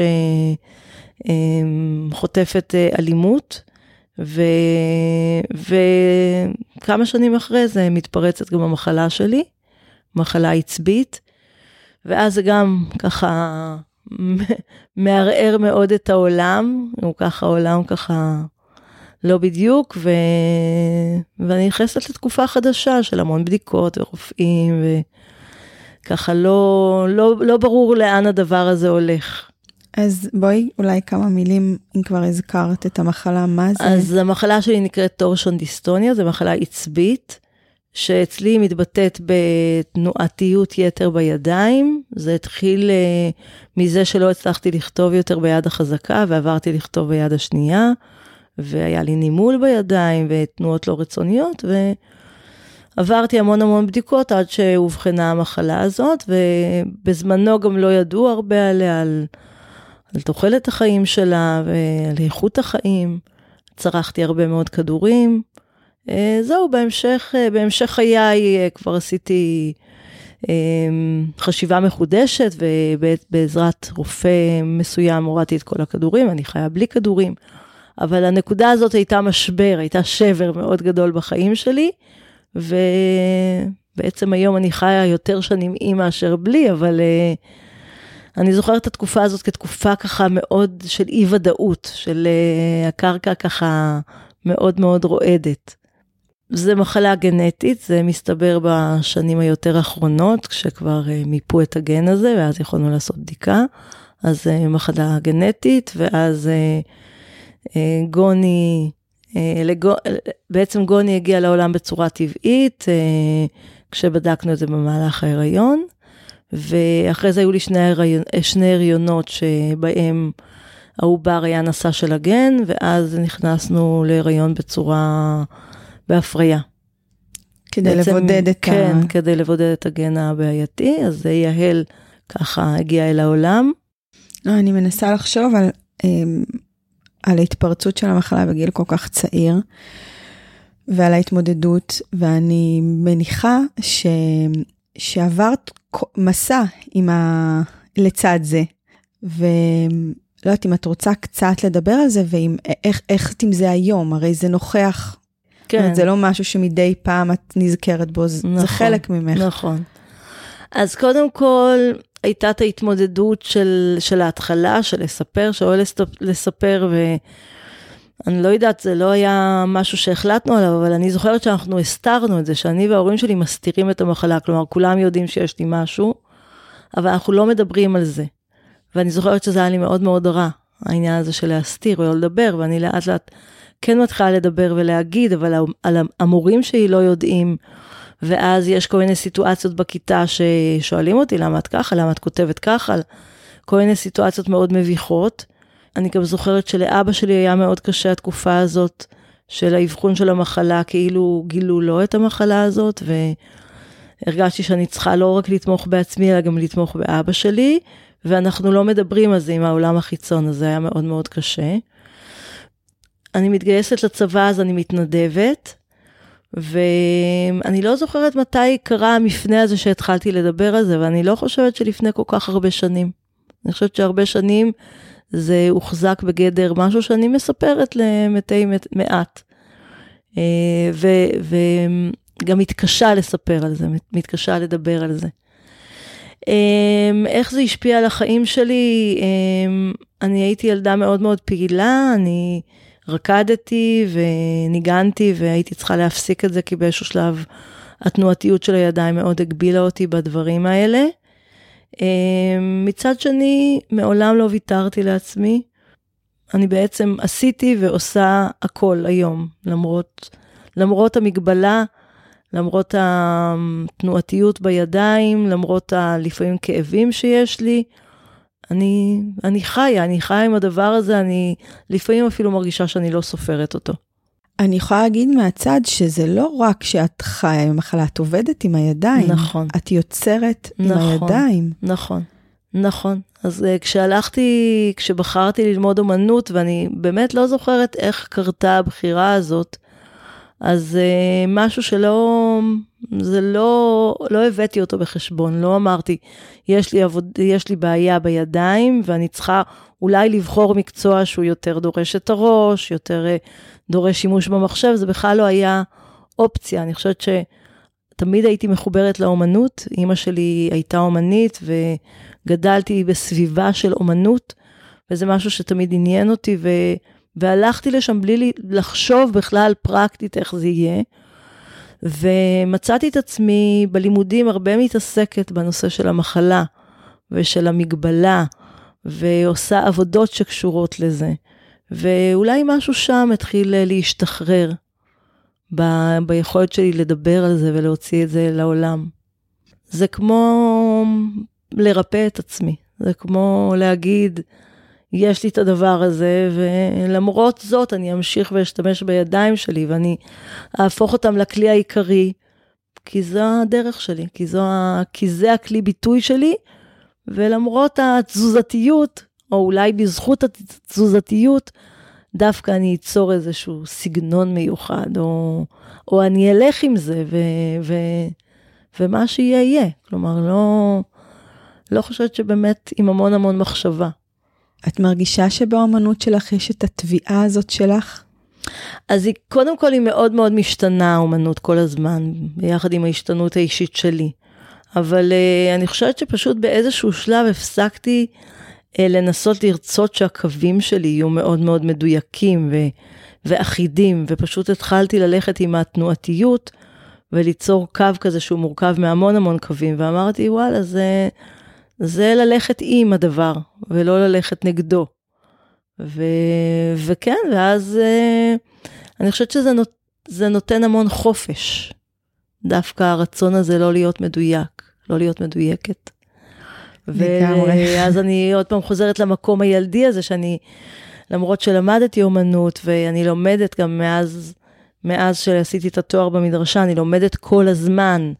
חוטפת אלימות, וכמה שנים אחרי זה מתפרצת גם המחלה שלי, מחלה עצבית, ואז זה גם ככה מערער מאוד את העולם, העולם ככה לא בדיוק, ואני נכנסת לתקופה חדשה של המון בדיקות ורופאים, וככה לא ברור לאן הדבר הזה הולך.
אז בואי אולי כמה מילים, אם כבר הזכרת את המחלה, מה זה?
אז המחלה שלי נקראת טורשון דיסטוניה, זו מחלה עצבית, שאצלי מתבטאת בתנועתיות יתר בידיים. זה התחיל מזה שלא הצלחתי לכתוב יותר ביד החזקה, ועברתי לכתוב ביד השנייה, והיה לי נימול בידיים, ותנועות לא רצוניות, ועברתי המון בדיקות, עד שהובחנה המחלה הזאת, ובזמנו גם לא ידעו הרבה עליה, על תוחלת החיים שלה, ועל איכות החיים. צרכתי הרבה מאוד כדורים, זהו, בהמשך חיי כבר עשיתי חשיבה מחודשת, ובעזרת רופא מסוים הורדתי את כל הכדורים, אני חיה בלי כדורים, אבל הנקודה הזאת הייתה משבר, הייתה שבר מאוד גדול בחיים שלי, ובעצם היום אני חיה יותר שנים עם מאשר בלי, אבל אני זוכרת את התקופה הזאת כתקופה ככה מאוד של אי ודאות, של הקרקע ככה מאוד רועדת. זה מחלה גנטית, זה מסתבר בשנים היותר האחרונות, כשכבר מיפו את הגן הזה, ואז יכולנו לעשות בדיקה. אז מחלה גנטית, ואז בעצם גוני הגיע לעולם בצורה טבעית, כשבדקנו את זה במהלך ההיריון, ואחרי זה היו לי שני הריונות שבהם העובר היה נשא של הגן, ואז נכנסנו להיריון בהפריה.
כדי לבודד את
כן, כדי לבודד את הגן הבעייתי, אז יהל ככה הגיע אל העולם.
אני מנסה לחשוב על ההתפרצות של המחלה בגיל כל כך צעיר, ועל ההתמודדות, ואני מניחה שעברת מסע לצד זה, ולא יודעת אם את רוצה קצת לדבר על זה, ואיך עם זה היום, הרי זה נוכח,
כן.
זה לא משהו שמדי פעם את נזכרת בו, נכון, זה חלק ממך.
נכון. אז קודם כל, הייתה את ההתמודדות של ההתחלה, של לספר, לספר, ואני לא יודעת, זה לא היה משהו שהחלטנו עליו, אבל אני זוכרת שאנחנו הסתרנו את זה, שאני וההורים שלי מסתירים את המחלה, כלומר, כולם יודעים שיש לי משהו, אבל אנחנו לא מדברים על זה. ואני זוכרת שזה היה לי מאוד רע, העניין הזה של להסתיר או לדבר, ואני לאט לאט כן מתחילה לדבר ולהגיד, אבל על המורים שלי לא יודעים, ואז יש כל מיני סיטואציות בכיתה ששואלים אותי, למה את ככה, למה את כותבת ככה, כל מיני סיטואציות מאוד מביכות. אני גם זוכרת שלאבא שלי היה מאוד קשה התקופה הזאת, של האבחון של המחלה, כאילו גילו לו את המחלה הזאת, והרגשתי שאני צריכה לא רק לתמוך בעצמי, אלא גם לתמוך באבא שלי, ואנחנו לא מדברים על זה עם העולם החיצון, אז זה היה מאוד קשה. אני מתגייסת לצבא, אז אני מתנדבת, ואני לא זוכרת מתי קרה המפנה הזה שהתחלתי לדבר על זה, ואני לא חושבת שלפני כל כך הרבה שנים. אני חושבת שהרבה שנים זה הוחזק בגדר משהו שאני מספרת למתי מעט. וגם מתקשה לספר על זה, מתקשה לדבר על זה. איך זה השפיע על החיים שלי? אני הייתי ילדה מאוד פעילה, אני רקדתי וניגנתי והייתי צריכה להפסיק את זה, כי באיזשהו שלב התנועתיות של הידיים מאוד הגבילה אותי בדברים האלה. מצד שני, מעולם לא ויתרתי לעצמי. אני בעצם עשיתי ועושה הכל היום, למרות המגבלה, למרות התנועתיות בידיים, למרות לפעמים כאבים שיש לי. אני חיה עם הדבר הזה, אני לפעמים אפילו מרגישה שאני לא סופרת אותו.
אני יכולה להגיד מהצד שזה לא רק שאת חיה עם המחלה, את עובדת עם הידיים.
נכון.
את יוצרת עם הידיים.
נכון. אז כשבחרתי ללמוד אומנות, ואני באמת לא זוכרת איך קרתה הבחירה הזאת, אז משהו לא הבאתי אותו בחשבון, לא אמרתי, יש לי בעיה בידיים, ואני צריכה אולי לבחור מקצוע שהוא יותר דורש את הראש, יותר דורש שימוש במחשב, זה בכלל לא היה אופציה. אני חושבת שתמיד הייתי מחוברת לאומנות, אמא שלי הייתה אומנית, וגדלתי בסביבה של אומנות, וזה משהו שתמיד עניין אותי, והלכתי לשם בלי לחשוב בכלל פרקטית איך זה יהיה, ומצאתי את עצמי בלימודים הרבה מתעסקת בנושא של המחלה, ושל המגבלה, ועושה עבודות שקשורות לזה, ואולי משהו שם התחיל להשתחרר, ביכולת שלי לדבר על זה ולהוציא את זה לעולם. זה כמו לרפא את עצמי, זה כמו להגיד, יש לי את הדבר הזה, ולמרות זאת אני אמשיך ואשתמש בידיים שלי, ואני אהפוך אותם לכלי העיקרי, כי זו הדרך שלי, כי זה הכלי ביטוי שלי, ולמרות התזוזתיות, או אולי בזכות התזוזתיות, דווקא אני אצור איזשהו סגנון מיוחד, או אני אלך עם זה, ומה שיהיה יהיה. כלומר, לא חושבת שבאמת עם המון המון מחשבה.
את מרגישה שבאמנות שלך יש את התביעה הזאת שלך?
אז קודם כל היא מאוד מאוד משתנה, האמנות כל הזמן, ביחד עם ההשתנות האישית שלי. אבל אני חושבת שפשוט באיזשהו שלב הפסקתי לנסות לרצות שהקווים שלי יהיו מאוד מאוד מדויקים ואחידים, ופשוט התחלתי ללכת עם התנועתיות, וליצור קו כזה שהוא מורכב מהמון המון קווים, ואמרתי וואלה, זה ללכת עם הדבר, ולא ללכת נגדו. וכן, ואז אני חושבת שזה נותן המון חופש, דווקא הרצון הזה לא להיות מדויק, לא להיות מדויקת. ואז אני עוד פעם חוזרת למקום הילדי הזה, שאני, למרות שלמדתי אומנות, ואני לומדת גם מאז שעשיתי את התואר במדרשה, אני לומדת כל הזמן,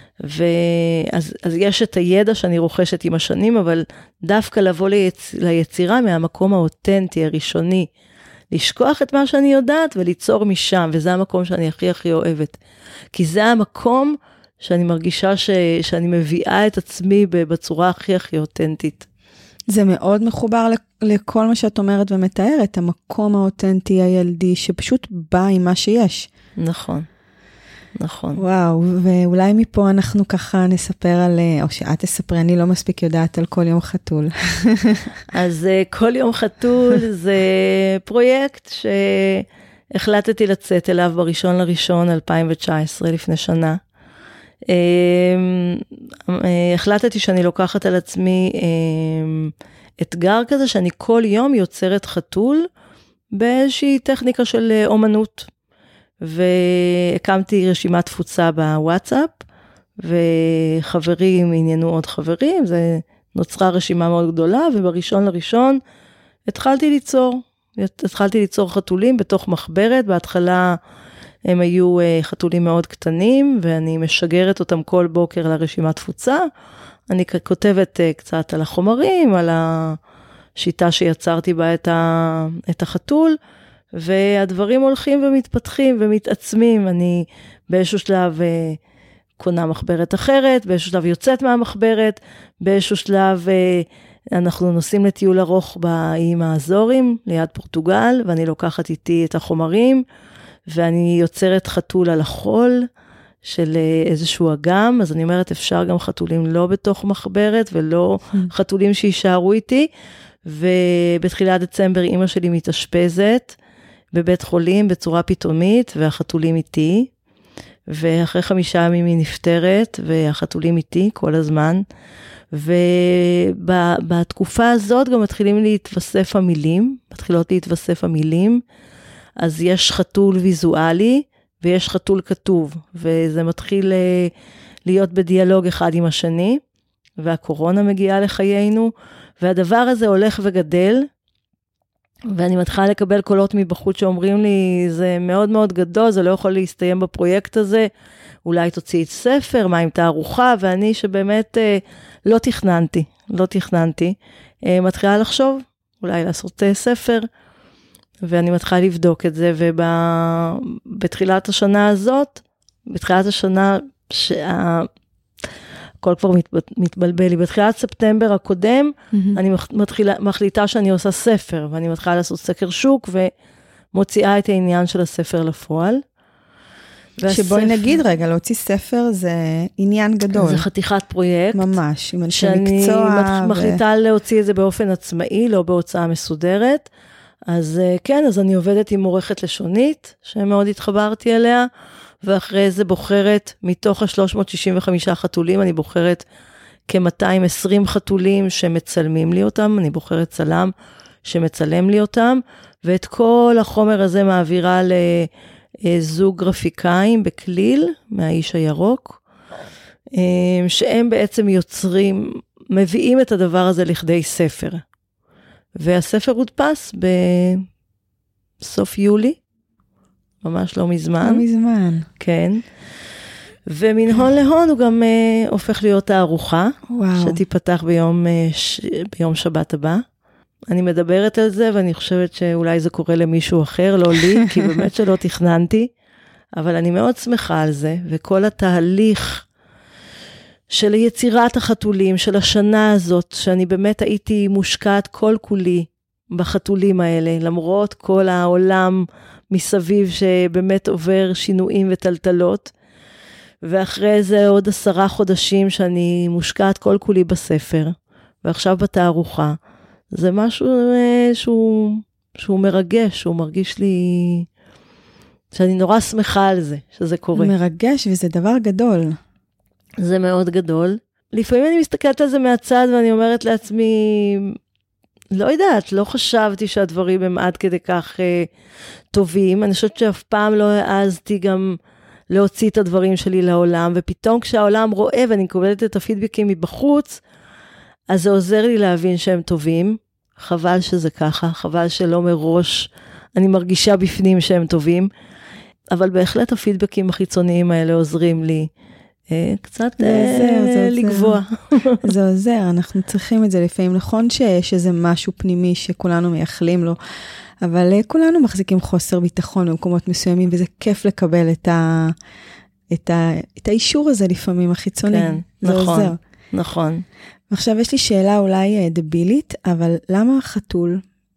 אז יש את הידע שאני רוכשת עם השנים, אבל דווקא לבוא ליצירה מהמקום האותנטי, הראשוני, לשכוח את מה שאני יודעת וליצור משם, וזה המקום שאני הכי הכי אוהבת. כי זה המקום שאני מרגישה שאני מביאה את עצמי בצורה הכי הכי אותנטית.
זה מאוד מחובר לכל מה שאת אומרת ומתארת, המקום האותנטי הילדי, שפשוט בא עם מה שיש.
נכון. נכון.
וואו, ואולי מפה אנחנו ככה נספר על, או שאת תספרי, אני לא מספיק יודעת על כל יום חתול.
אז כל יום חתול זה פרויקט שהחלטתי לצאת אליו ב1.1.2019, לפני שנה. החלטתי שאני לוקחת על עצמי אתגר כזה, שאני כל יום יוצרת חתול באיזושהי טכניקה של אומנות. והקמתי רשימת תפוצה בוואטסאפ, וחברים עניינו עוד חברים, זה נוצרה רשימה מאוד גדולה, וב1.1 התחלתי ליצור חתולים בתוך מחברת, בהתחלה הם היו חתולים מאוד קטנים, ואני משגרת אותם כל בוקר לרשימת תפוצה, אני כותבת קצת על החומרים, על השיטה שיצרתי בה את החתול, והדברים הולכים ומתפתחים ומתעצמים, אני באיזשהו שלב קונה מחברת אחרת, באיזשהו שלב יוצאת מהמחברת, באיזשהו שלב אנחנו נוסעים לטיול ארוך באיים האזורים, ליד פורטוגל, ואני לוקחת איתי את החומרים, ואני יוצרת חתול על החול של איזשהו אגם, אז אני אומרת אפשר גם חתולים לא בתוך מחברת, ולא חתולים שישארו איתי, ובתחילת דצמבר אמא שלי מתאשפזת, בבית חולים בצורה פתאומית, והחתולים איתי, ואחרי 5 ימים היא נפטרת, והחתולים איתי כל הזמן, ובתקופה הזאת גם מתחילות להתווסף המילים, אז יש חתול ויזואלי, ויש חתול כתוב, וזה מתחיל להיות בדיאלוג אחד עם השני, והקורונה מגיעה לחיינו, והדבר הזה הולך וגדל, ואני מתחילה לקבל קולות מבחוץ שאומרים לי, זה מאוד מאוד גדול, זה לא יכול להסתיים בפרויקט הזה, אולי תוציא את ספר, מה עם תערוכה, ואני שבאמת לא תכננתי, מתחילה לחשוב, אולי לעשות ספר, ואני מתחילה לבדוק את זה, ובתחילת השנה הזאת, הכל כבר מתבלבל לי, בתחילת ספטמבר הקודם, אני מחליטה שאני עושה ספר, ואני מתחילה לעשות סקר שוק, ומוציאה את העניין של הספר לפועל.
שבואי נגיד רגע, להוציא ספר זה עניין גדול.
זה חתיכת פרויקט.
ממש, עם אנשי מקצוע.
שאני מחליטה להוציא את זה באופן עצמאי, לא בהוצאה מסודרת. אז כן, אז אני עובדת עם עורכת לשונית, שמאוד התחברתי אליה, ואחרי זה בוחרת, מתוך 365 חתולים, אני בוחרת כ-220 חתולים שמצלמים לי אותם, אני בוחרת צלם שמצלם לי אותם, ואת כל החומר הזה מעבירה לזוג גרפיקאים בכליל, מהאיש הירוק, שהם בעצם מביאים את הדבר הזה לכדי ספר. והספר הודפס בסוף יולי, ממש לא מזמן.
לא מזמן.
כן. ומן הון להון הוא גם הופך להיות הארוחה, שתיפתח ביום שבת הבא. אני מדברת על זה, ואני חושבת שאולי זה קורה למישהו אחר, לא לי, כי באמת שלא תכננתי, אבל אני מאוד שמחה על זה, וכל התהליך של יצירת החתולים, של השנה הזאת, שאני באמת הייתי מושקעת כל כולי בחתולים האלה, למרות כל העולם מסביב שבאמת עובר שינויים וטלטלות, ואחרי זה עוד 10 חודשים שאני מושקעת כל כולי בספר, ועכשיו בתערוכה, זה משהו שהוא מרגש, שהוא מרגיש לי שאני נורא שמחה על זה, שזה קורה.
מרגש, וזה דבר גדול.
זה מאוד גדול. לפעמים אני מסתכלת על זה מהצד, ואני אומרת לעצמי, לא יודעת, לא חשבתי שהדברים הם עד כדי כך טובים. אני חושבת שאף פעם לא העזתי גם להוציא את הדברים שלי לעולם, ופתאום כשהעולם רואה, ואני מקבלת את הפידבקים מבחוץ, אז זה עוזר לי להבין שהם טובים. חבל שזה ככה, חבל שלא מראש אני מרגישה בפנים שהם טובים, אבל בהחלט הפידבקים החיצוניים האלה עוזרים לי קצת לגבוה.
זה עוזר, אנחנו צריכים את זה לפעמים. נכון שיש איזה משהו פנימי שכולנו מייחלים לו, אבל כולנו מחזיקים חוסר ביטחון במקומות מסוימים, וזה כיף לקבל את האישור הזה לפעמים החיצוני. כן, זה
נכון,
עוזר.
נכון.
עכשיו יש לי שאלה אולי דבילית, אבל למה חתול?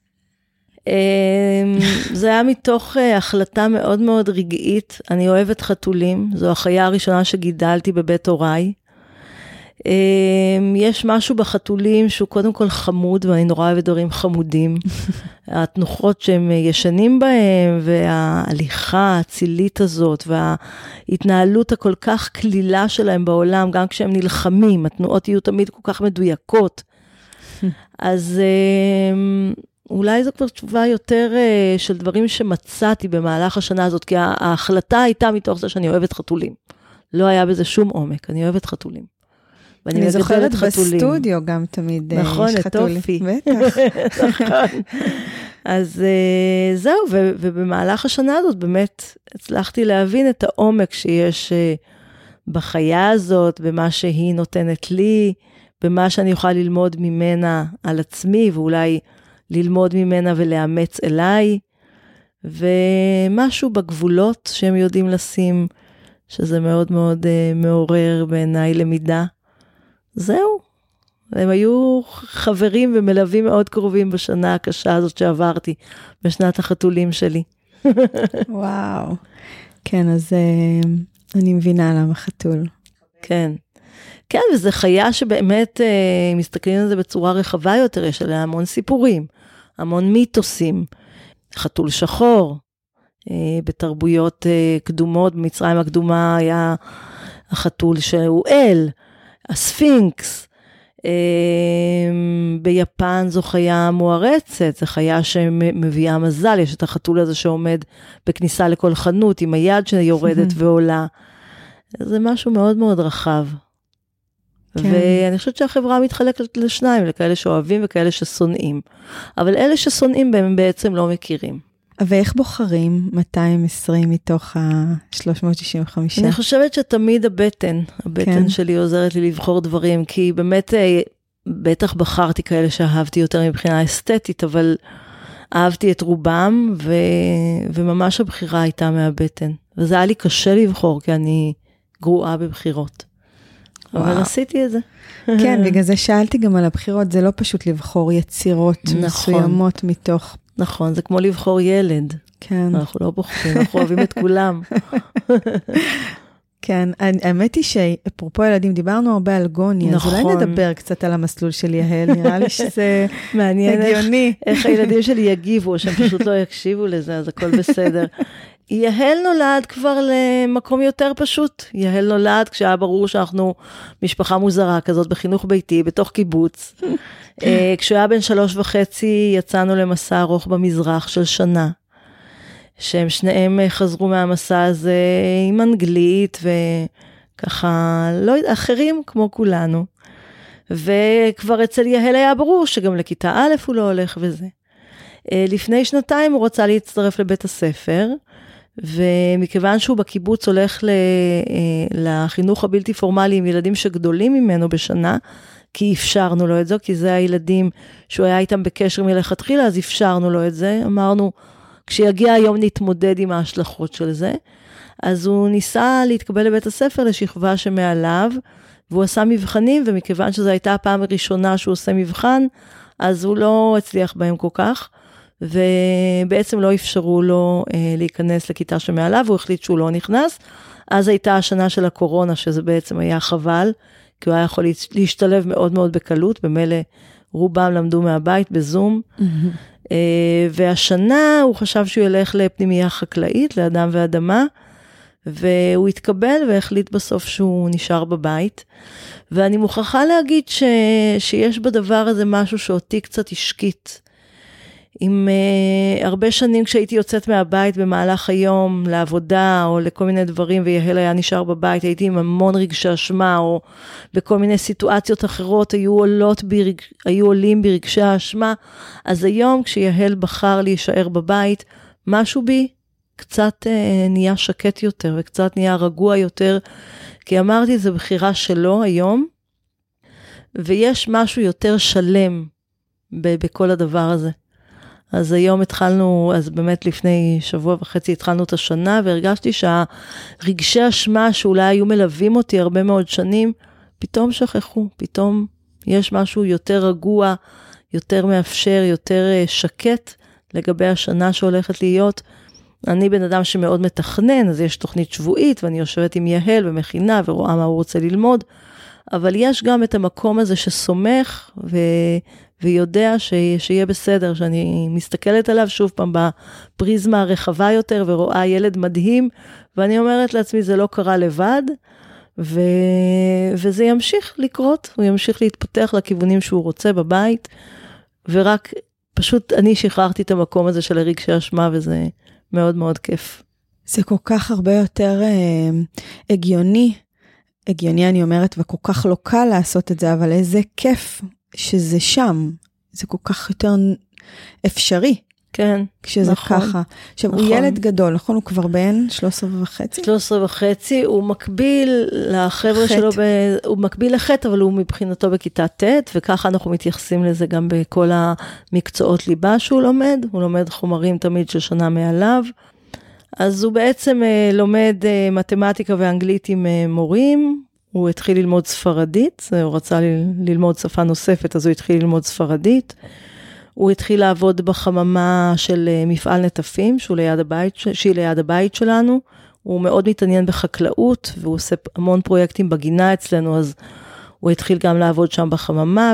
זה היה מתוך החלטה מאוד מאוד רגעית. אני אוהבת חתולים, זו החיה הראשונה שגידלתי בבית הוריי. יש משהו בחתולים שהוא קודם כל חמוד, ואני נורא אוהבת דברים חמודים. התנוחות שהם ישנים בהם, וההליכה הצילית הזאת, וההתנהלות הכל כך כלילה שלהם בעולם, גם כשהם נלחמים, התנועות יהיו תמיד כל כך מדויקות. אז אולי זו כבר תשובה יותר של דברים שמצאתי במהלך השנה הזאת, כי ההחלטה הייתה מתוך זה שאני אוהבת חתולים. לא היה בזה שום עומק, אני אוהבת חתולים.
אני זוכרת בסטודיו גם תמיד
נכון,
יש חתולים.
טופי. בטח. נכון. אז זהו, ובמהלך השנה הזאת באמת הצלחתי להבין את העומק שיש בחיה הזאת, במה שהיא נותנת לי, במה שאני אוכל ללמוד ממנה על עצמי, ואולי ללמוד ממנה ולאמץ אליי, ומשהו בגבולות שהם יודעים לשים, שזה מאוד מאוד מעורר בעיניי למידה. זהו, הם היו חברים ומלווים מאוד קרובים בשנה הקשה הזאת שעברתי, בשנת החתולים שלי.
וואו, כן, אז אני מבינה למה חתול.
כן, כן, וזו חיה שבאמת מסתכלים על זה בצורה רחבה יותר, יש עליה המון סיפורים, המון מיתוסים, חתול שחור, בתרבויות קדומות, במצרים הקדומה היה החתול שהוא אל, הספינקס, ביפן זו חיה מוארצת, זו חיה שמביאה מזל, יש את החתול הזה שעומד בכניסה לכל חנות, עם היד שיורדת ועולה, זה משהו מאוד מאוד רחב. כן. ואני חושבת שהחברה מתחלקת לשניים, לכאלה שאוהבים וכאלה ששונאים, אבל אלה ששונאים בהם בעצם לא מכירים.
ואיך בוחרים 220 מתוך ה-365?
אני חושבת שתמיד הבטן כן. שלי עוזרת לי לבחור דברים, כי באמת בטח בחרתי כאלה שאהבתי יותר מבחינה אסתטית, אבל אהבתי את רובם, וממש הבחירה הייתה מהבטן. וזה היה לי קשה לבחור, כי אני גרועה בבחירות. אבל עשיתי את זה.
כן, בגלל זה שאלתי גם על הבחירות, זה לא פשוט לבחור יצירות מסוימות מתוך...
נכון, זה כמו לבחור ילד.
כן.
אנחנו לא בוחרים, אנחנו אוהבים את כולם.
כן, האמת היא שאפרופו ילדים, דיברנו הרבה על גוני,
נכון.
אז אולי נדבר קצת על המסלול של יהל, נראה לי שזה מעניין
איך הילדים שלי יגיבו, או שהם פשוט לא יקשיבו לזה, אז הכל בסדר. יהל נולד כבר למקום יותר פשוט. יהל נולד כשהיה ברור שאנחנו משפחה מוזרה כזאת בחינוך ביתי, בתוך קיבוץ. כשהוא היה בן 3.5 יצאנו למסע ארוך במזרח של שנה. שהם שניהם חזרו מהמסע הזה עם אנגלית וככה, לא יודע, אחרים כמו כולנו. וכבר אצל יהל היה ברור שגם לכיתה א' הוא לא הולך וזה. לפני 2 הוא רצה להצטרף לבית הספר, ומכיוון שהוא בקיבוץ הולך לחינוך הבלתי פורמלי עם ילדים שגדולים ממנו בשנה, כי אפשרנו לו את זה, כי זה הילדים שהוא היה איתם בקשר מלכתחילה, אז אפשרנו לו את זה. אמרנו, כשיגיע היום נתמודד עם ההשלכות של זה. אז הוא ניסה להתקבל לבית הספר לשכבה שמעליו, והוא עשה מבחנים, ומכיוון שזו הייתה הפעם הראשונה שהוא עושה מבחן, אז הוא לא הצליח בהם כל כך, ובעצם לא אפשרו לו להיכנס לכיתה שמעליו, הוא החליט שהוא לא נכנס. אז הייתה השנה של הקורונה, שזה בעצם היה חבל, כי הוא היה יכול להשתלב מאוד מאוד בקלות, במילא רובם למדו מהבית בזום, והשנה הוא חשב שהוא ילך לפנימייה חקלאית, לאדם ואדמה, והוא התקבל והחליט בסוף שהוא נשאר בבית, ואני מוכרחה להגיד שיש בדבר הזה משהו שאותי קצת השקיט, עם הרבה שנים כשהייתי יוצאת מהבית במהלך היום לעבודה או לכל מיני דברים, ויהל היה נשאר בבית, הייתי עם המון רגשי אשמה, או בכל מיני סיטואציות אחרות היו עולים ברגשי האשמה. אז היום כשיהל בחר להישאר בבית, משהו בי קצת נהיה שקט יותר וקצת נהיה רגוע יותר, כי אמרתי זה בחירה שלו היום, ויש משהו יותר שלם בכל הדבר הזה. אז היום התחלנו, אז באמת לפני 1.5 שבוע התחלנו את השנה, והרגשתי שהרגשי אשמה שאולי היו מלווים אותי הרבה מאוד שנים, פתאום שכחו, פתאום יש משהו יותר רגוע, יותר מאפשר, יותר שקט לגבי השנה שהולכת להיות. אני בן אדם שמאוד מתכנן, אז יש תוכנית שבועית, ואני יושבת עם יהל ומכינה ורואה מה הוא רוצה ללמוד, אבל יש גם את המקום הזה שסומך ויודע שיהיה בסדר, שאני מסתכלת עליו שוב פעם בפריזמה הרחבה יותר, ורואה ילד מדהים, ואני אומרת לעצמי, זה לא קרה לבד, וזה ימשיך לקרות, הוא ימשיך להתפתח לכיוונים שהוא רוצה בבית, ורק פשוט אני שחררתי את המקום הזה של הרגשי אשמה, וזה מאוד מאוד כיף.
זה כל כך הרבה יותר הגיוני אני אומרת, וכל כך לא קל לעשות את זה, אבל איזה כיף שזה שם, זה כל כך יותר אפשרי.
כן,
כשזה
נכון.
ככה. עכשיו,
נכון.
הוא ילד גדול, נכון? הוא כבר בן 13.5?
13.5, הוא מקביל לחבר'ה שלו, הוא מקביל לחטא, אבל הוא מבחינתו בכיתה ט', וככה אנחנו מתייחסים לזה גם בכל המקצועות ליבה שהוא לומד, הוא לומד חומרים תמיד של שנה מעליו, אז הוא בעצם לומד מתמטיקה ואנגלית עם מורים, הוא התחיל ללמוד ספרדית, הוא רצה ללמוד שפה נוספת, אז הוא התחיל ללמוד ספרדית, הוא התחיל לעבוד בחממה של מפעל נטפים, שהיא ליד הבית שלנו, הוא מאוד מתעניין בחקלאות, והוא עושה המון פרויקטים בגינה אצלנו, אז הוא התחיל גם לעבוד שם בחממה,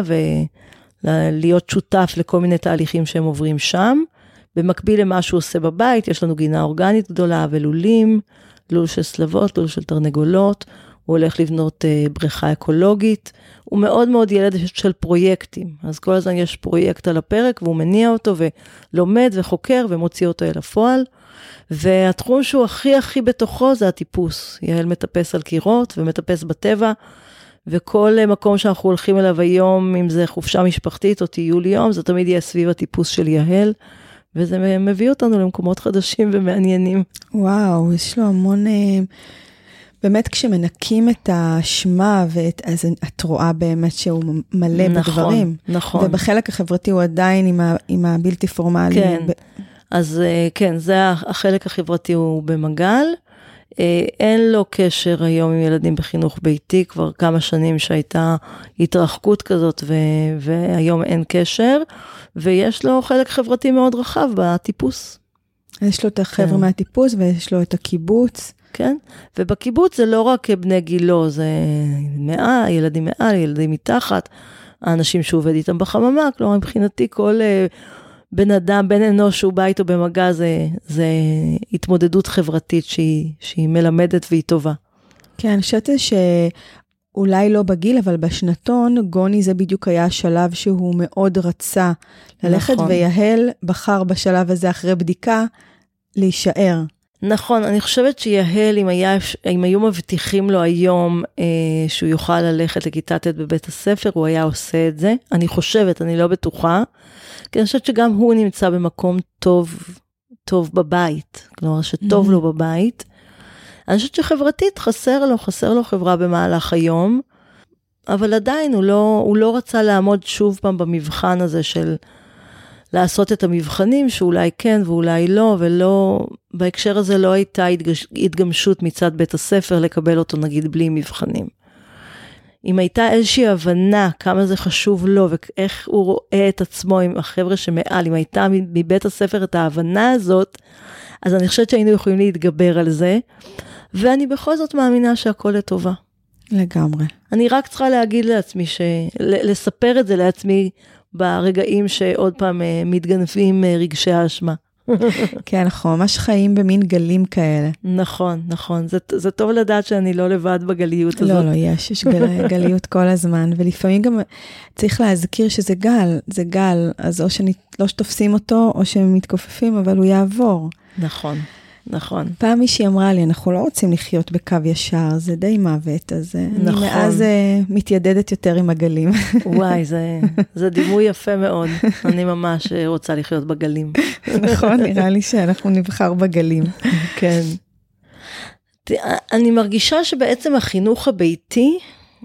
ולהיות שותף לכל מיני תהליכים שהם עוברים שם, במקביל למה שהוא עושה בבית, יש לנו גינה אורגנית גדולה, ולולים, לול של סלבות, לול של תרנגולות, הוא הולך לבנות בריכה אקולוגית, הוא מאוד מאוד ילד של פרויקטים, אז כל הזמן יש פרויקט על הפרק, והוא מניע אותו ולומד וחוקר ומוציא אותו אל הפועל, והתחום שהוא הכי בתוכו זה הטיפוס, יהל מטפס על קירות ומטפס בטבע, וכל מקום שאנחנו הולכים אליו היום, אם זה חופשה משפחתית או טיול יום, זה תמיד יהיה סביב הטיפוס של יהל, וזה מביא אותנו למקומות חדשים ומעניינים.
וואו, יש לו המון... באמת כשמנקים את האשמה, אז את רואה באמת שהוא מלא בדברים.
נכון.
ובחלק החברתי הוא עדיין עם הבלתי פורמלי.
כן, אז כן, זה החלק החברתי הוא במגל. אין לו קשר היום עם ילדים בחינוך ביתי, כבר כמה שנים שהייתה התרחקות כזאת, והיום אין קשר, ויש לו חלק חברתי מאוד רחב בטיפוס.
יש לו את החבר'ה מהטיפוס, ויש לו את הקיבוץ.
כן, ובקיבוץ זה לא רק בני גילו, זה ילדים מעל, ילדים מתחת, האנשים שעובד איתם בחממה, כלומר מבחינתי כל בן אדם, בן אנוש שהוא בא איתו במגע, זה התמודדות חברתית שהיא מלמדת והיא טובה.
כן, אני חושבת שאולי לא בגיל, אבל בשנתון, גוני זה בדיוק היה השלב שהוא מאוד רצה ללכת, נכון. ויהל בחר בשלב הזה אחרי בדיקה להישאר.
נכון, אני חושבת שיהל, אם היו מבטיחים לו היום שהוא יוכל ללכת לכיתה ט' בבית הספר, הוא היה עושה את זה. אני חושבת, אני לא בטוחה, כי אני חושבת שגם הוא נמצא במקום טוב בבית, כלומר שטוב לו בבית. אני חושבת שחברתית חסר לו חברה במהלך היום, אבל עדיין הוא לא רצה לעמוד שוב פעם במבחן הזה של לעשות את המבחנים, שאולי כן ואולי לא, ולא, בהקשר הזה לא הייתה התגמשות מצד בית הספר לקבל אותו נגיד בלי מבחנים. אם הייתה איזושהי הבנה כמה זה חשוב לו, ואיך הוא רואה את עצמו עם החבר'ה שמעל, אם הייתה מבית הספר את ההבנה הזאת, אז אני חושבת שהיינו יכולים להתגבר על זה, ואני בכל זאת מאמינה שהכל לטובה.
לגמרי.
אני רק צריכה להגיד לעצמי, לספר את זה לעצמי, ברגעים שעוד פעם מתגנבים רגשי האשמה.
כן, אנחנו ממש חיים במין גלים כאלה.
נכון. זה טוב לדעת שאני לא לבד בגליות הזאת.
לא, יש גליות כל הזמן, ולפעמים גם צריך להזכיר שזה גל, אז או לא שתופסים אותו, או שהם מתכופפים, אבל הוא יעבור.
נכון.
פעם מישהי אמרה לי, אנחנו לא רוצים לחיות בקו ישר, זה די מוות, אז
נכון.
אני מאז מתיידדת יותר עם הגלים.
וואי, זה דימוי יפה מאוד. אני ממש רוצה לחיות בגלים.
נכון, נראה לי שאנחנו נבחר בגלים.
כן. אני מרגישה שבעצם החינוך הביתי,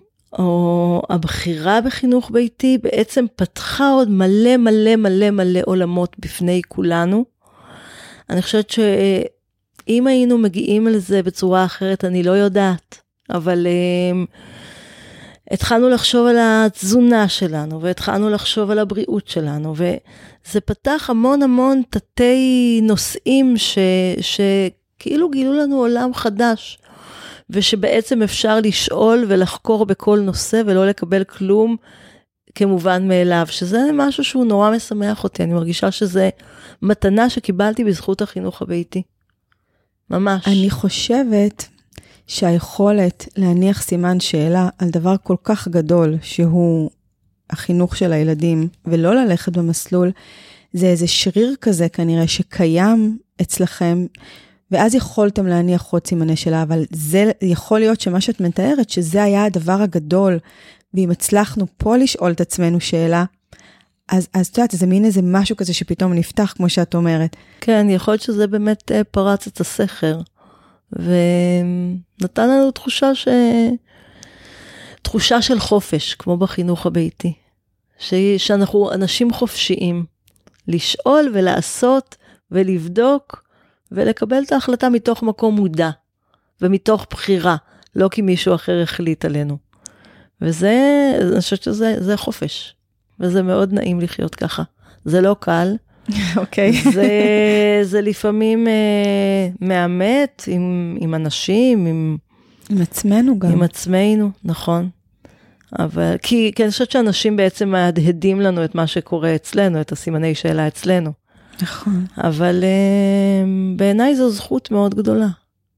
או הבחירה בחינוך ביתי, בעצם פתחה עוד מלא עולמות בפני כולנו. אני חושבת אם היינו מגיעים לזה בצורה אחרת, אני לא יודעת, אבל התחלנו לחשוב על התזונה שלנו, והתחלנו לחשוב על הבריאות שלנו, וזה פתח המון תתי נושאים שכאילו גילו לנו עולם חדש, ושבעצם אפשר לשאול ולחקור בכל נושא, ולא לקבל כלום כמובן מאליו, שזה משהו שהוא נורא משמח אותי, אני מרגישה שזה מתנה שקיבלתי בזכות החינוך הביתי. ממש.
אני חושבת שהיכולת להניח סימן שאלה על דבר כל כך גדול, שהוא החינוך של הילדים, ולא ללכת במסלול, זה איזה שריר כזה כנראה שקיים אצלכם, ואז יכולתם להניח עוד סימני שאלה, אבל זה יכול להיות שמה שאת מתארת, שזה היה הדבר הגדול, ואם הצלחנו פה לשאול את עצמנו שאלה, אז את יודעת, זה מין איזה משהו כזה שפתאום נפתח, כמו שאת אומרת.
כן, יכול להיות שזה באמת פרץ את הסכר, ונתן לנו תחושה של חופש, כמו בחינוך הביתי, שאנחנו אנשים חופשיים, לשאול ולעשות ולבדוק, ולקבל את ההחלטה מתוך מקום מודע, ומתוך בחירה, לא כי מישהו אחר החליט עלינו. וזה, אני חושבת שזה חופש. וזה מאוד נעים לחיות ככה. זה לא קל.
אוקיי.
זה לפעמים מאמת עם אנשים,
עם עצמנו גם.
עם עצמנו, נכון. אבל, כי אני חושבת שאנשים בעצם מהדהדים לנו את מה שקורה אצלנו, את הסימני שאלה אצלנו.
נכון.
אבל בעיניי זו זכות מאוד גדולה.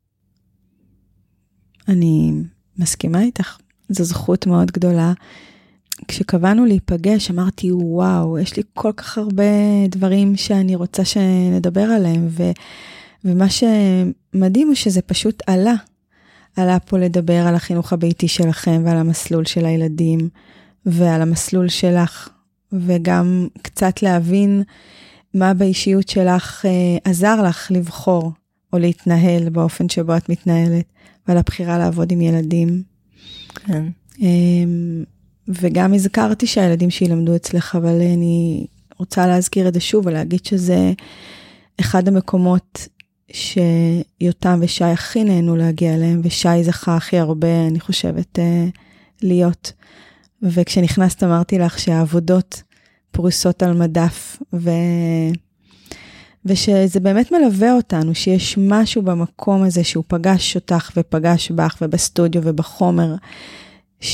אני מסכימה איתך. זו זכות מאוד גדולה. כשקבענו להיפגש, אמרתי, וואו, יש לי כל כך הרבה דברים שאני רוצה שנדבר עליהם, ומה שמדהים הוא שזה פשוט עלה פה לדבר על החינוך הביתי שלכם, ועל המסלול של הילדים, ועל המסלול שלך, וגם קצת להבין מה באישיות שלך עזר לך לבחור, או להתנהל באופן שבו את מתנהלת, ועל הבחירה לעבוד עם ילדים.
כן.
וגם הזכרתי שהילדים שילמדו אצלך, אבל אני רוצה להזכיר את זה שוב, ולהגיד שזה אחד המקומות שיותם ושי הכי נהנו להגיע אליהם, ושי זכה הכי הרבה, אני חושבת, להיות. וכשנכנסת אמרתי לך שהעבודות פרוסות על מדף, ושזה באמת מלווה אותנו, שיש משהו במקום הזה שהוא פגש אותך ופגש בך ובסטודיו ובחומר,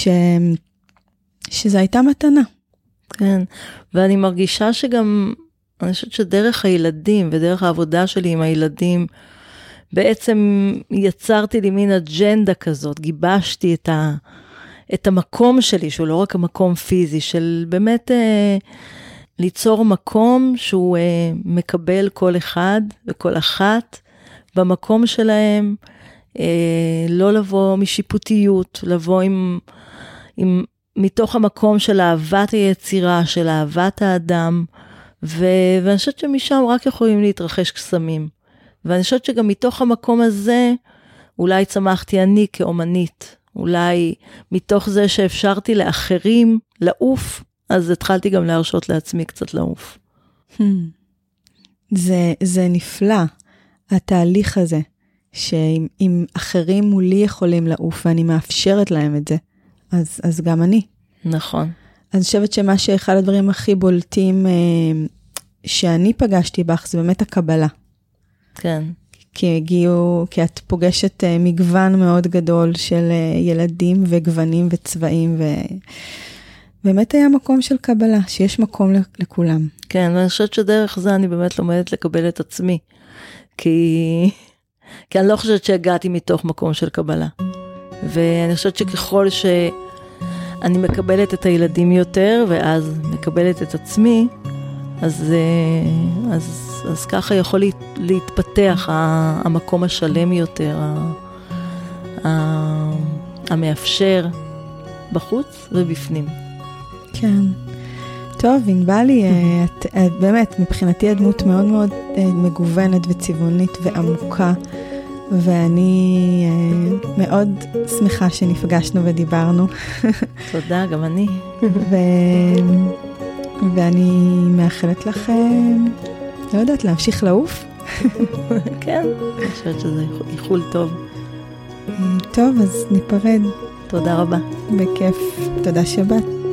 שזה הייתה מתנה.
כן, ואני מרגישה שגם אני חושבת שדרך הילדים ודרך העבודה שלי עם הילדים, בעצם יצרתי לי מין אג'נדה כזאת, גיבשתי את המקום שלי, שהוא לא רק המקום פיזי, של באמת ליצור מקום שהוא מקבל כל אחד וכל אחת במקום שלהם, לא לבוא משיפוטיות, לבוא מתוך המקום של אהבת היצירה, של אהבת האדם, ואני חושבת שמשם רק יכולים להתרחש קסמים. ואני חושבת שגם מתוך המקום הזה, אולי צמחתי אני כאומנית, אולי מתוך זה שאפשרתי לאחרים לעוף, אז התחלתי גם להרשות לעצמי קצת לעוף.
זה נפלא, התהליך הזה, שאם אחרים מולי יכולים לעוף, ואני מאפשרת להם את זה, אז גם אני.
נכון.
אז אני חושבת שמה שאחד הדברים הכי בולטים שאני פגשתי בך, זה באמת הקבלה.
כן.
כי את פוגשת מגוון מאוד גדול של ילדים וגוונים וצבעים, ובאמת היה מקום של קבלה, שיש מקום לכולם.
כן, ואני חושבת שדרך זה אני באמת לומדת לקבל את עצמי, כי אני לא חושבת שהגעתי מתוך מקום של קבלה. ואני חושבת שככל שאני מקבלת את הילדים יותר, ואז מקבלת את עצמי, אז ככה יכול להתפתח המקום השלם יותר, המאפשר בחוץ ובפנים.
כן. טוב, ענבלי, את באמת, מבחינתי הדמות מאוד מאוד מגוונת וצבעונית ועמוקה, ואני מאוד שמחה שנפגשנו ודיברנו.
תודה, גם אני.
ואני מאחלת לכם, לא יודעת, להמשיך לעוף.
כן, אני חושבת שזה איחול טוב.
טוב, אז ניפרד.
תודה רבה.
בכיף. תודה שבת.